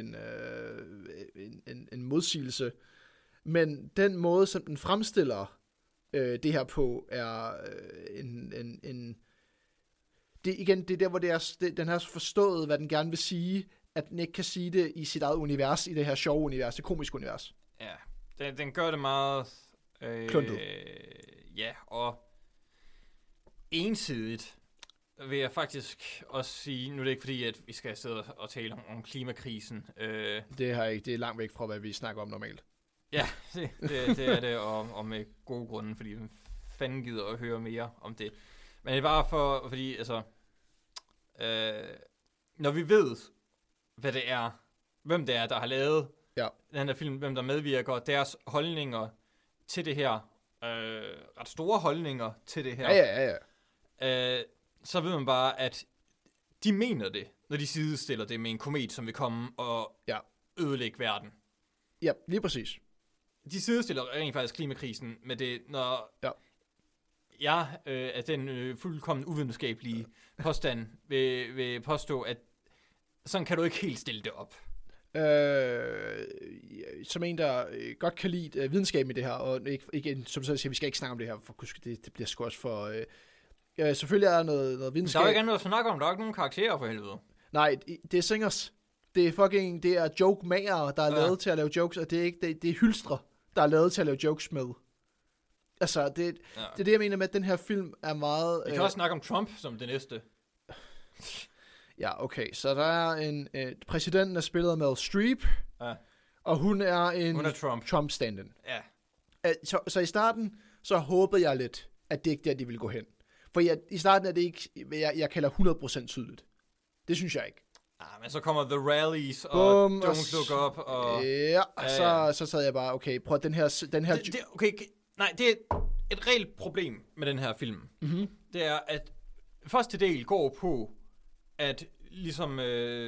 en modsigelse. Men den måde, som den fremstiller det her på, er en det er der, hvor den har forstået, hvad den gerne vil sige, at den ikke kan sige det i sit eget univers, i det her sjove univers, det komiske univers. Ja, den gør det meget... kluntet. Ja, og ensidigt vil jeg faktisk også sige, nu er det ikke fordi, at vi skal sidde og tale om klimakrisen. Det er langt væk fra, hvad vi snakker om normalt. Ja, det er det, og med gode grunde, fordi man fanden gider at høre mere om det. Men det er bare fordi, altså, når vi ved, hvad det er, hvem det er, der har lavet den her film, hvem der medvirker, deres holdninger til det her, ret store holdninger til det her, så ved man bare, at de mener det, når de sidestiller det med en komet, som vil komme og ødelægge verden. Ja, lige præcis. De sidestiller rent faktisk klimakrisen med det, når jeg af den fuldkommen uvidenskabelige påstand vil påstå, at sådan kan du ikke helt stille det op. Som en, der godt kan lide videnskaben i det her, og ikke som du siger, vi skal ikke snakke om det her, for det bliver sgu også for... selvfølgelig er der noget videnskab. Der er jo ikke andet at snakke om, der er ikke nogen karakterer for helvede. Nej, det er singers. det er joke-mager, der er lavet til at lave jokes, og det er ikke, det er hylstre, der er lavet til at lave jokes med. Altså, det er det, jeg mener med, at den her film er meget... Vi kan også snakke om Trump som det næste. Ja, okay. Så der er præsidenten er spillet af Meryl Streep, og hun er Trump stand-in. Ja. Så i starten, så håbede jeg lidt, at det ikke er der, de ville gå hen. For i starten er det ikke, jeg kalder 100% tydeligt. Det synes jeg ikke. Men så kommer The Rallies og Don't Look Up. Og... Så sad jeg bare, okay, prøv den her... Det er et reelt problem med den her film. Mm-hmm. Det er, at første del går på, at ligesom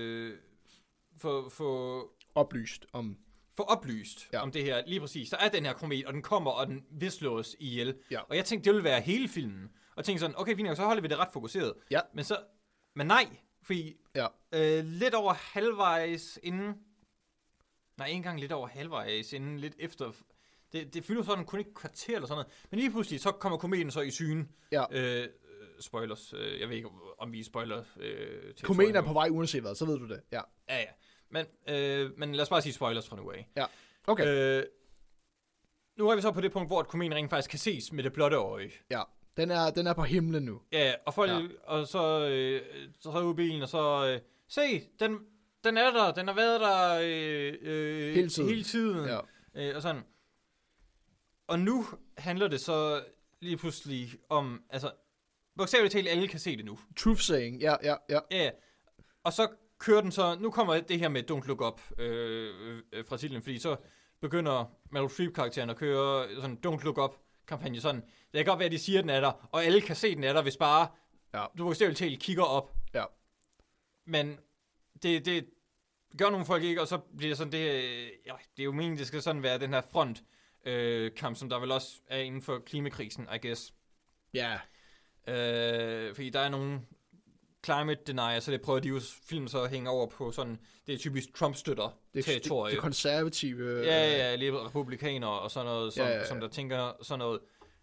få oplyst om... om det her. Lige præcis. Der er den her komet, og den kommer, og den vil slås ihjel. Ja. Og jeg tænkte, det ville være hele filmen. Og jeg tænkte sådan, okay, fint, så holder vi det ret fokuseret. Ja. Men nej, fordi lidt over halvvejs inden... Nej, ikke engang lidt over halvvejs inden, lidt efter... Det fylder sådan kun ikke kvarter eller sådan noget. Men lige pludselig, så kommer kometen så i syne. Ja. Spoilers. Jeg ved ikke, om vi spoiler. Kometen er på vej uanset hvad, så ved du det. Ja. Ja. Men lad os bare sige spoilers fra nu af. Ja. Okay. Nu er vi så på det punkt, hvor kometen rent faktisk kan ses med det blotte øje. Ja. Den er på himlen nu. Ja, og folk, og så er ude i bilen, og så... se, den er der. Den har været der hele tiden. Ja. Og sådan... Og nu handler det så lige pludselig om, altså, bogstaveligt talt, alle kan se det nu. Truth saying, ja. Ja, og så kører den så, nu kommer det her med Don't Look Up fra titlen, fordi så begynder Meryl Streep-karakteren at køre sådan Don't Look Up-kampagne sådan. Det kan godt være, at de siger, at den er der, og alle kan se, den er der, hvis bare du bogstaveligt talt kigger op. Ja. Men det gør nogle folk ikke, og så bliver det sådan, det er jo meningen, det skal sådan være den her front, kamp, som der vel også er inden for klimakrisen, I guess. Ja. Fordi der er nogle climate denier, så det prøver de jo film så at hænge over på sådan, det er typisk Trump-støtter territorie. Det konservative. Ja, lige republikanere og sådan noget, som der tænker sådan noget.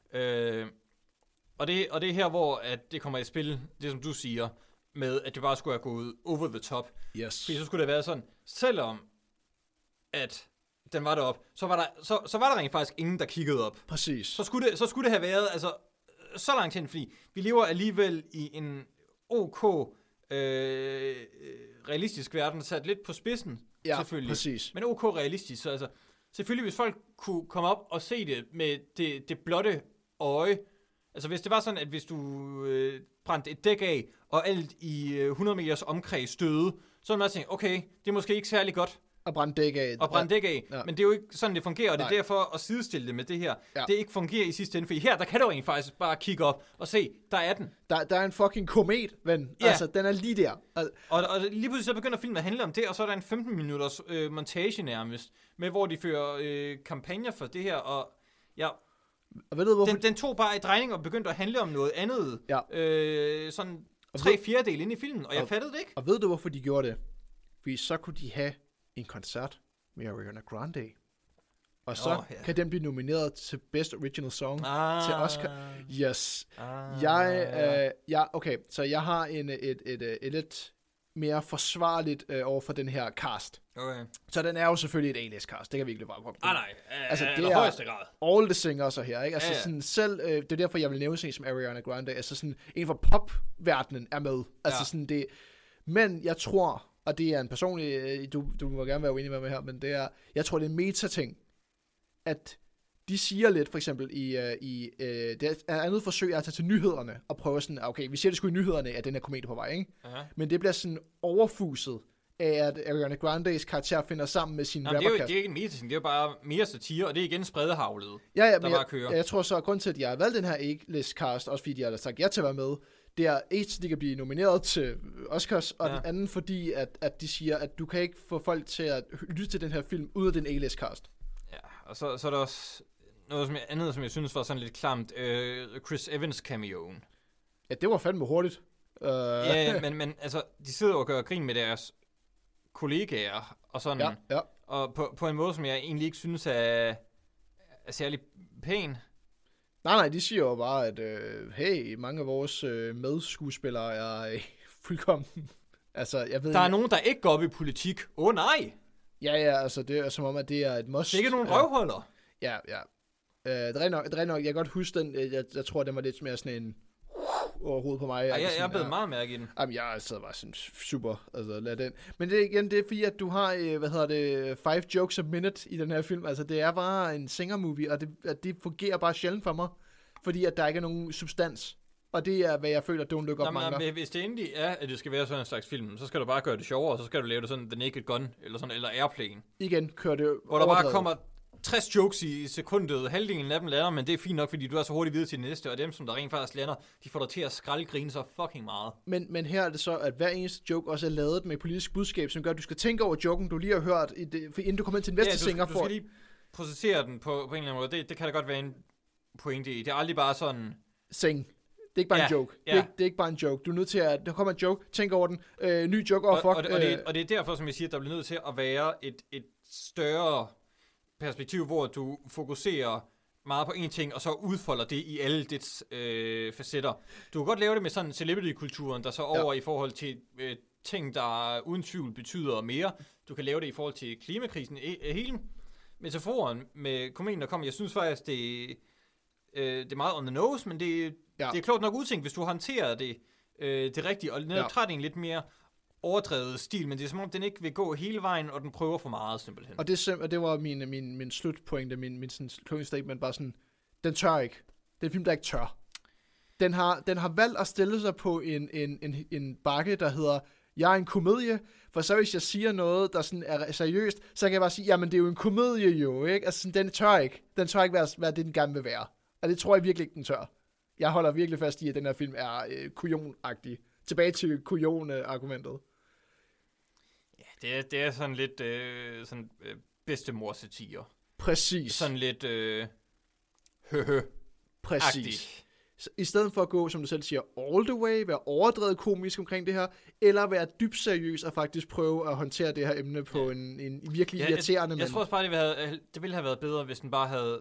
Og det er her, hvor at det kommer i spil, det som du siger, med at det bare skulle have gået over the top. Yes. Fordi så skulle det være sådan, selvom at den var deroppe, så var der rent faktisk ingen, der kiggede op. Præcis. Så skulle det have været, altså, så langt hen, fordi vi lever alligevel i en realistisk verden, sat lidt på spidsen, selvfølgelig. Præcis. Men realistisk, så altså, selvfølgelig hvis folk kunne komme op og se det med det blotte øje, altså hvis det var sådan, at hvis du brændte et dæk af, og alt i 100 meters omkreds støde, så ville man tænke, okay, det er måske ikke særlig godt, at brænde dæk af. Ja. Men det er jo ikke sådan, det fungerer, og det er derfor at sidestille det med det her. Ja. Det ikke fungerer i sidste ende, for her, der kan du egentlig faktisk bare kigge op og se, der er den. Der er en fucking komet, ven. Ja. Altså, den er lige der. Og lige pludselig så begynder filmen at handle om det, og så er der en 15 minutters montage nærmest, med hvor de fører kampagner for det her, og ja... Og ved du, hvorfor? Den tog bare i drejning og begyndte at handle om noget andet. Ja. Sådan 3/4 ind i filmen, og jeg fattede det ikke. Og ved du, hvorfor de gjorde det? Fordi så kunne de have en koncert med Ariana Grande. Og så kan den blive nomineret til Best Original Song til Oscar. Yes. Okay, så jeg har et lidt mere forsvarligt over for den her cast. Okay. Så den er jo selvfølgelig et A-list cast. Det kan vi ikke bare komme. Altså det er højeste grad. All the singers her, ikke? Altså sådan selv det er derfor jeg vil nævne sådan som Ariana Grande, altså sådan en fra popverdenen er med. Altså sådan det. Men jeg tror, og det er en personlig, du må gerne være uenig med mig her, men det er, jeg tror det er en meta-ting, at de siger lidt, for eksempel det er andet forsøg at tage til nyhederne og prøve sådan, okay, vi siger det sgu i nyhederne, at den her komedie på vej, ikke? Uh-huh. Men det bliver sådan overfuset af, at Ariana Grandes karakter finder sammen med sin rapperkast. Det er ikke en meta-ting, det er bare mere satire, og det er igen spredehavlet, der bare kører. Jeg tror så, at grund til, at jeg har valgt den her A-list cast, også fordi de har sagt ja til at være med, det er et, de kan blive nomineret til Oscars, og den anden fordi, at de siger, at du kan ikke få folk til at lytte til den her film ud af den A-list cast. Ja, og så er der også noget andet, som jeg synes var sådan lidt klamt, Chris Evans cameoen. Ja, det var fandme hurtigt. Ja, men altså, de sidder og gør grin med deres kollegaer, og sådan, og på en måde, som jeg egentlig ikke synes er særlig pæn. Nej, de siger jo bare, at hey, mange af vores medskuespillere er fuldkommen Altså, jeg ved Der er nogen, der ikke går op i politik. Nej! Ja, altså, det er som om, at det er et must. Det er ikke nogen røvhuller. Ja. Det er nok, jeg kan godt huske den, jeg tror, den var lidt mere sådan en over hovedet på mig. Jeg er blevet meget mærke i den. Jamen, jeg altså var sådan super, altså lad den. Men det er fordi, at du har, 5 jokes a minute i den her film. Altså, det er bare en singer-movie, og det fungerer bare sjældent for mig, fordi at der ikke er nogen substans. Og det er, hvad jeg føler, Don't Look Up mangler. Hvis det endelig er, at det skal være sådan en slags film, så skal du bare gøre det sjovere, og så skal du lave det sådan The Naked Gun, eller Airplane. Igen, kører det hvor der bare kommer 60 jokes i sekundet, halvdelen af dem lander, men det er fint nok, fordi du er så hurtigt videre til det næste, og dem, som der rent faktisk lander, de får dig til at skraldgrine så fucking meget. Men her er det så, at hver eneste joke også er lavet med politisk budskab, som gør, at du skal tænke over joken, du lige har hørt, inden du kommer ind til næste singer. Du skal lige processere den på en eller anden måde. Det kan da godt være en pointe i. Det er aldrig bare sådan... Sing. Det er ikke bare en joke. Det er ikke bare en joke. Du er nødt til at... Der kommer en joke, tænk over den. Ny joke, fuck. Og det er derfor, som jeg siger, at der bliver nødt til at være et større perspektiv, hvor du fokuserer meget på en ting, og så udfolder det i alle dets facetter. Du kan godt lave det med sådan celebrity-kulturen, der så over i forhold til ting, der uden tvivl betyder mere. Du kan lave det i forhold til klimakrisen. Hele metaforen med komedien, der kommer, jeg synes faktisk, det er meget on the nose, men det er klogt nok udtænkt, hvis du håndterer det rigtigt, og netop tager det en lidt mere overdrevet stil, men det er som om, den ikke vil gå hele vejen, og den prøver for meget, simpelthen. Og det var min slutpointe, min sådan closing statement, bare sådan, den tør ikke. Det er en film, der ikke tør. Den har valgt at stille sig på en bakke, der hedder, jeg er en komedie, for så hvis jeg siger noget, der sådan er seriøst, så kan jeg bare sige, jamen det er jo en komedie jo, ikke? Altså den tør ikke. Den tør ikke være det, den gerne vil være. Og det tror jeg virkelig ikke, den tør. Jeg holder virkelig fast i, at den her film er kujonagtig. Tilbage til kujon-argumentet. Ja, det er sådan lidt bedstemor-satire. Præcis. Sådan lidt Præcis. Så i stedet for at gå, som du selv siger, all the way, være overdrevet komisk omkring det her, eller være dybt seriøs og faktisk prøve at håndtere det her emne på en virkelig irriterende jeg tror også bare, det ville have været bedre, hvis den bare havde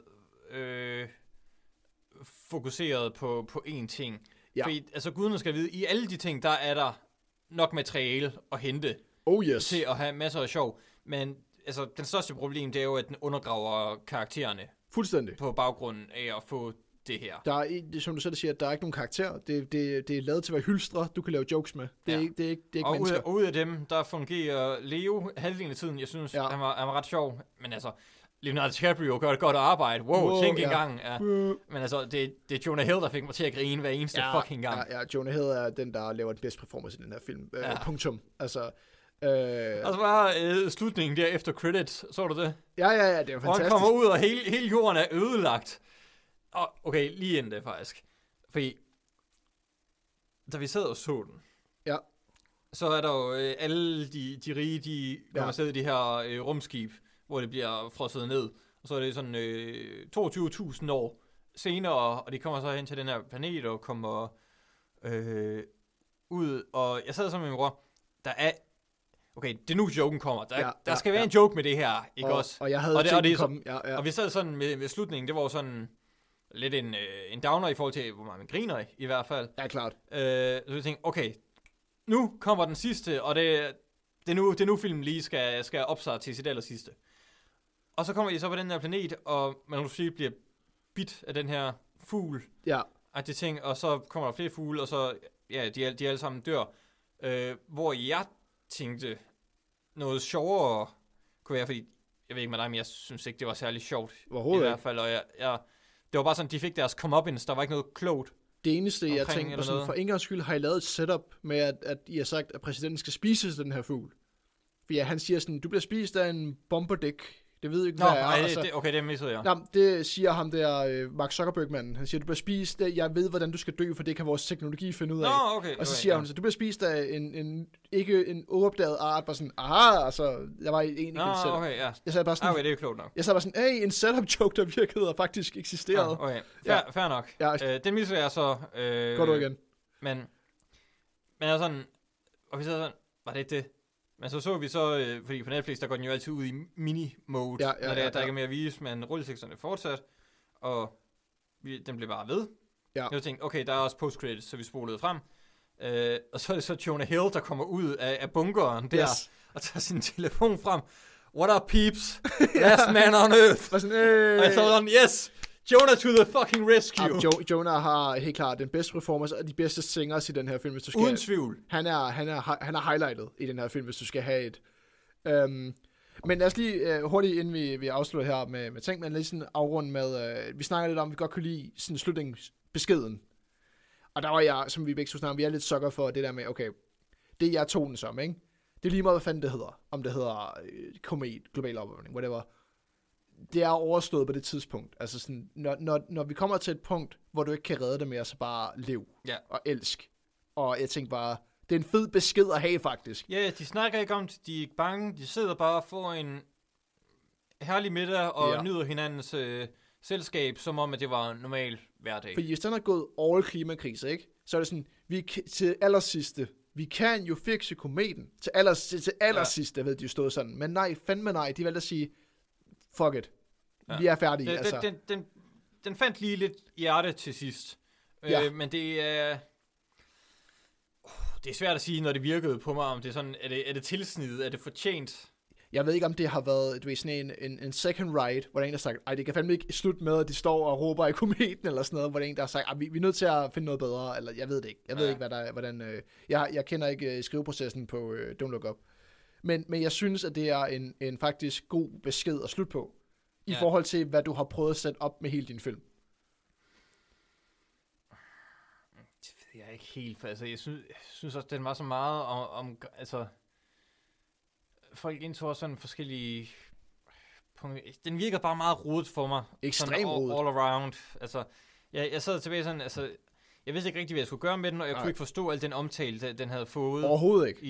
fokuseret på én ting. Ja. Fordi, altså guderne skal vide, i alle de ting, der er der nok materiale at hente til at have masser af sjov. Men altså, den største problem, det er jo, at den undergraver karaktererne. Fuldstændig. På baggrunden af at få det her. Der er, som du selv siger, der er ikke nogen karakter. Det er lavet til at være hylstre, du kan lave jokes med. Det er ikke mennesker. Og ud af dem, der fungerer Leo halvdelen af tiden. Jeg synes, han var ret sjov. Men altså, Leonardo DiCaprio gør et godt arbejde. Tænk engang. Ja. Men altså, det er Jonah Hill, der fik mig til at grine hver eneste fucking gang. Ja, Jonah Hill er den, der laver den bedste performance i den her film. Punktum. Altså... Og så var slutningen der efter credits, så du det? Ja, det er fantastisk. Og han kommer ud, og hele jorden er ødelagt. Og okay, lige inden det faktisk. Fordi, da vi sad og så den, så er der jo alle de rige, de kommer afsted i de her rumskib, hvor det bliver frosset ned. Og så er det sådan 22.000 år senere, og de kommer så hen til den her planet og kommer ud. Og jeg sad sammen med min bror, der er... Okay, det er nu joken kommer. Der skal være en joke med det her, ikke også? Og jeg havde tænkt komme. Og vi sad sådan med slutningen, det var jo sådan lidt en downer i forhold til, hvor meget man griner i hvert fald. Ja, klart. Så jeg tænkte, okay, nu kommer den sidste, og det er nu filmen lige skal op sig til sit aller sidste. Og så kommer I så på den her planet, og man kan sige, bliver bit af den her fugl. Ja. At det ting, og så kommer der flere fugle, og så, de alle sammen dør. Hvor jeg tænkte, noget sjovere kunne være, fordi, jeg ved ikke med dig, men jeg synes ikke, det var særlig sjovt. Overhovedet i hvert fald, og det var bare sådan, de fik deres comeuppance, der var ikke noget klogt. Det eneste, jeg tænkte, sådan, for en gangs skyld har I lavet et setup med, at I har sagt, at præsidenten skal spise den her fugl. For han siger sådan, du bliver spist af en bomberdick. Det ved jeg ikke, hvad er. Altså, okay, det missede jeg. Jamen, det siger ham der, Mark Zuckerberg-manden. Han siger, du bliver spist af, jeg ved, hvordan du skal dø, for det kan vores teknologi finde ud af. Okay, og så siger hun, så du bliver spist af ikke en uopdaget art, bare sådan, altså, jeg var egentlig ikke selv. Okay, ja. Jeg sagde bare sådan, okay, det er jo klogt nok. Jeg sagde bare sådan, hey, en setup-joke, der virkede og faktisk eksisterede. Okay, fair nok. Ja. Det missede jeg så. Går du igen. Men er sådan, og vi så sådan, var det ikke det? Men så vi så, fordi på Netflix, der går den jo altid ud i mini-mode, når der ikke er mere at vise, men rulleteksterne fortsat, og den blev bare ved. Ja. Jeg tænkte, okay, der er også post-credits, så vi spolede frem. Og så er det så Jonah Hill, der kommer ud af bunkeren der, og tager sin telefon frem. What up, peeps? Last man on earth. Og jeg så sådan, yes! Jonah to the fucking rescue. Jonah har helt klart den bedste performance og de bedste singers i den her film, hvis du skal... Uden tvivl. Han er highlightet i den her film, hvis du skal have et... Men lad os lige hurtigt, inden vi afslutter her med ting, men lige sådan afrunde med... vi snakker lidt om, vi godt kunne lide sådan slutningsbeskeden. Og der var jeg, som vi begge så snakker, vi er lidt sukker for det der med, okay, det jeg tog den som, ikke? Det er lige meget, hvad fanden det hedder. Om det hedder komet, global opvarmning, whatever. Det er overstået på det tidspunkt. Altså sådan, når vi kommer til et punkt, hvor du ikke kan redde det mere, så bare lev og elsk. Og jeg tænkte bare, det er en fed besked at have, faktisk. Ja, de snakker ikke om, de er ikke bange. De sidder bare og får en herlig middag og nyder hinandens selskab, som om, at det var en normal hverdag. Fordi hvis den er gået all klimakrise, ikke? Så er det sådan, til allersidste, vi kan jo fikse kometen. Til allersidste, jeg ved, de jo stod sådan. Men nej, fandme nej, de valgte at sige, fuck it. Vi er færdige, Den fandt lige lidt hjerte til sidst. Men det er... det er svært at sige, når det virkede på mig, om det er sådan, er det tilsnidet, er det fortjent? Jeg ved ikke, om det har været sådan en second ride, hvor der er en, der har sagt, ej, det kan fandme ikke slutte med, at de står og råber i kometen, eller sådan noget, hvor der er en, der har sagt, vi er nødt til at finde noget bedre, eller jeg ved det ikke. Jeg ved ikke, hvad der er, hvordan... Jeg kender ikke skriveprocessen på Don't Look Up. Men jeg synes, at det er en faktisk god besked at slutte på, i forhold til, hvad du har prøvet at sætte op med hele din film. Det ved jeg ikke helt, for altså, jeg synes også, den var så meget om altså... Folk indtog sådan forskellige... Den virker bare meget rodet for mig. Ekstremt rodet. All around. Altså, jeg sad tilbage sådan, altså... Jeg vidste ikke rigtig, hvad jeg skulle gøre med den, og jeg kunne ikke forstå al den omtale, den havde fået. Overhovedet ikke.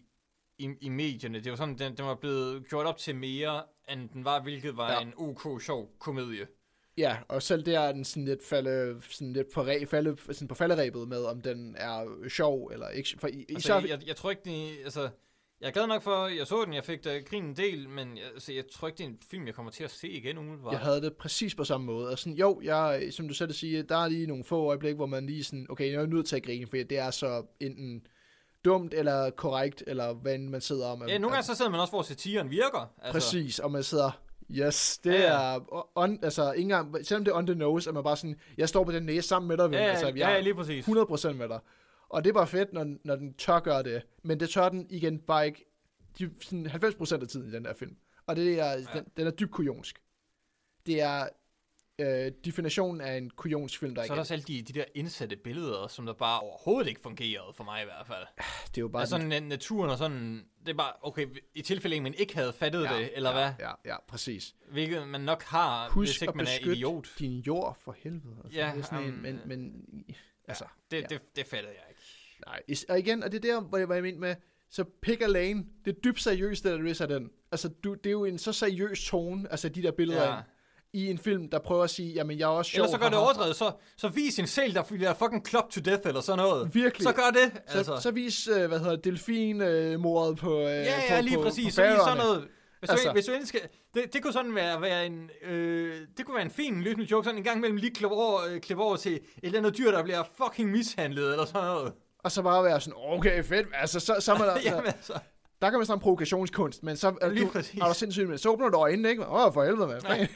I medierne. Det var sådan, den var blevet gjort op til mere, end den var, hvilket var en ok sjov komedie. Ja, og selv der er den sådan lidt på falderæbet med, om den er sjov eller ikke. For jeg tror ikke, det... Altså, jeg er glad nok for, jeg så den, jeg fik da grinen en del, men jeg tror ikke, det er en film, jeg kommer til at se igen umiddelbart. Jeg havde det præcis på samme måde. Og sådan, som du selv siger, der er lige nogle få øjeblikke, hvor man lige sådan, okay, jeg er nødt til at grine, for det er så enten dumt eller korrekt, eller hvad man sidder om. Ja, nogle gange så sidder man også, hvor satiren virker. Altså. Præcis, og man sidder, yes, det er, altså ikke engang, selvom det er on the nose, at man bare sådan, jeg står på den næse sammen med dig, ja, lige præcis. 100% med dig. Og det er bare fedt, når den tør gøre det. Men det tør den igen bare ikke sådan 90% af tiden i den der film. Og det er, den er dybt kujonsk. Det er definitionen af en kujonsk film, der ikke... Så er der også alle de der indsatte billeder, som der bare overhovedet ikke fungerede, for mig i hvert fald. Det er jo bare... Altså sådan naturen og sådan... Det er bare, okay, i tilfælde, man ikke havde fattet det, eller hvad? Ja, præcis. Hvilket man nok har, hvis ikke man er idiot. Din jord, for helvede. Altså, ja, det er sådan men altså... Det fattede jeg ikke. Nej, og igen, og det er der, hvor jeg mente med, så Pick a Lane, det er dybt seriøst, det der riser den. Altså, det er jo en så seriøs tone, altså de der billeder i en film, der prøver at sige, jamen jeg er også sjov. Ellers så gør det overdrevet, så vis en sæl, der bliver fucking clubbed to death, eller sådan noget. Virkelig. Så gør det, altså. Så vis, delfinmordet på lige præcis, så vis sådan noget. Hvis du endelig skal, det kunne sådan være en det kunne være en fin lyttende joke, sådan en gang imellem lige klippe over til et eller andet dyr, der bliver fucking mishandlet, eller sådan noget. Og så bare være sådan, okay, fedt, altså, så er man der, jamen, altså. Der kan man sådan en provokationskunst, men så er du sindssygt, men så åbner du øjnene, ikke? For helvede, mand.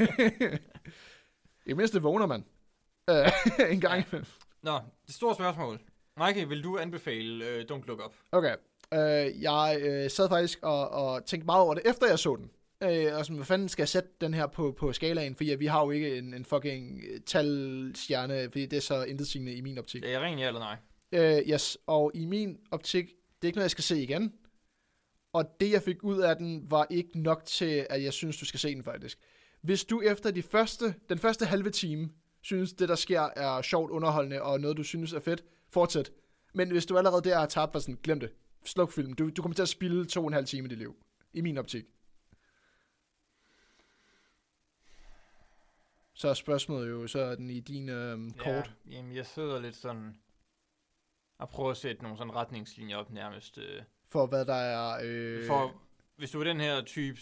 I mindste vågner man. En gang imellem. Nå, det store spørgsmål. Mikey, vil du anbefale Don't Look Up? Okay. Jeg sad faktisk og tænkte meget over det, efter jeg så den. Og sådan, hvad fanden skal jeg sætte den her på skalaen? Fordi vi har jo ikke en fucking talstjerne, fordi det er så intetsigende i min optik. Det er ren ja eller nej? Yes, og i min optik, det er ikke noget, jeg skal se igen. Og det, jeg fik ud af den, var ikke nok til, at jeg synes, du skal se den faktisk. Hvis du efter den første halve time, synes, det der sker er sjovt, underholdende, og noget, du synes er fedt, fortsæt. Men hvis du allerede der har tabt, bare sådan, glem det. Sluk filmen. Du kommer til at spilde 2,5 timer i dit liv. I min optik. Så er spørgsmålet jo, så er den i din kort. Ja, jamen jeg sidder lidt sådan og prøver at sætte nogle sådan retningslinjer op nærmest. For hvad der er... For hvis du er den her type,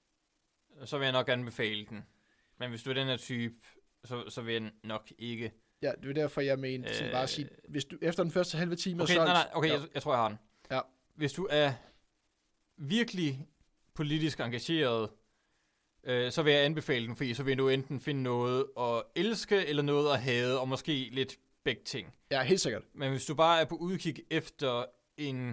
så vil jeg nok anbefale den. Men hvis du er den her type, så vil jeg nok ikke Ja, det er derfor, jeg mener, sådan bare at sige, hvis du efter den første halve time okay, er solgt... Okay, ja. jeg tror, jeg har den. Ja. Hvis du er virkelig politisk engageret, så vil jeg anbefale den, fordi så vil du enten finde noget at elske, eller noget at hade, og måske lidt begge ting. Ja, helt sikkert. Men hvis du bare er på udkig efter en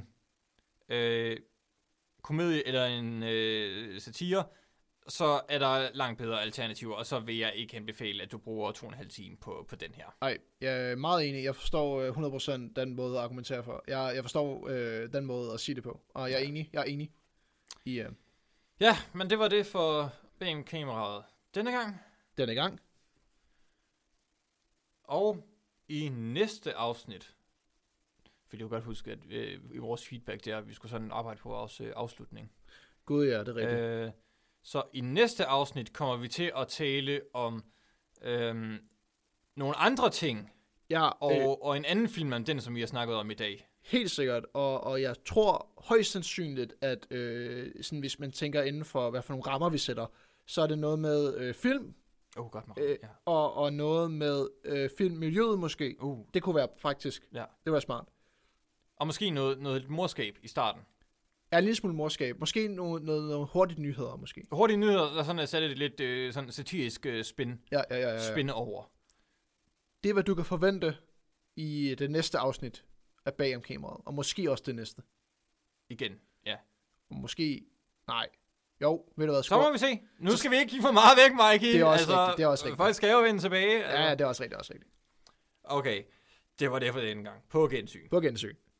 komedie eller en satire, så er der langt bedre alternativer, og så vil jeg ikke anbefale, at du bruger 2,5 timer på den her. Nej, jeg er meget enig. Jeg forstår 100% den måde at argumentere for. Jeg forstår den måde at sige det på, og jeg er enig. Ja, men det var det for bag kameraet denne gang. Og i næste afsnit, vil jeg godt huske, at i vores feedback der, vi skulle sådan arbejde på vores afslutning. Gud ja, det er rigtigt. Så i næste afsnit kommer vi til at tale om nogle andre ting, ja, og en anden film end den, som vi har snakket om i dag. Helt sikkert, og jeg tror højst sandsynligt, at sådan, hvis man tænker inden for, hvad for nogle rammer vi sætter, så er det noget med film, godt ja. og noget med filmmiljøet måske. Det kunne være faktisk, det var smart. Og måske noget morskab i starten. Ja, en lille smule morskab. Måske noget hurtigt nyheder, måske. Hurtige nyheder, der sådan er sat et lidt sådan satirisk spin. Ja. Spin over. Det er, hvad du kan forvente i det næste afsnit af Bag om kameraet. Og måske også det næste. Igen, ja. Og måske... Nej. Jo, ved du hvad? Så må vi se. Nu skal vi ikke give for meget væk, Mikey. Det er også rigtigt. Det er også rigtigt. Folk skal jo vende tilbage. Ja, det er også rigtigt. Okay. Det var det for denne gang. På gensyn.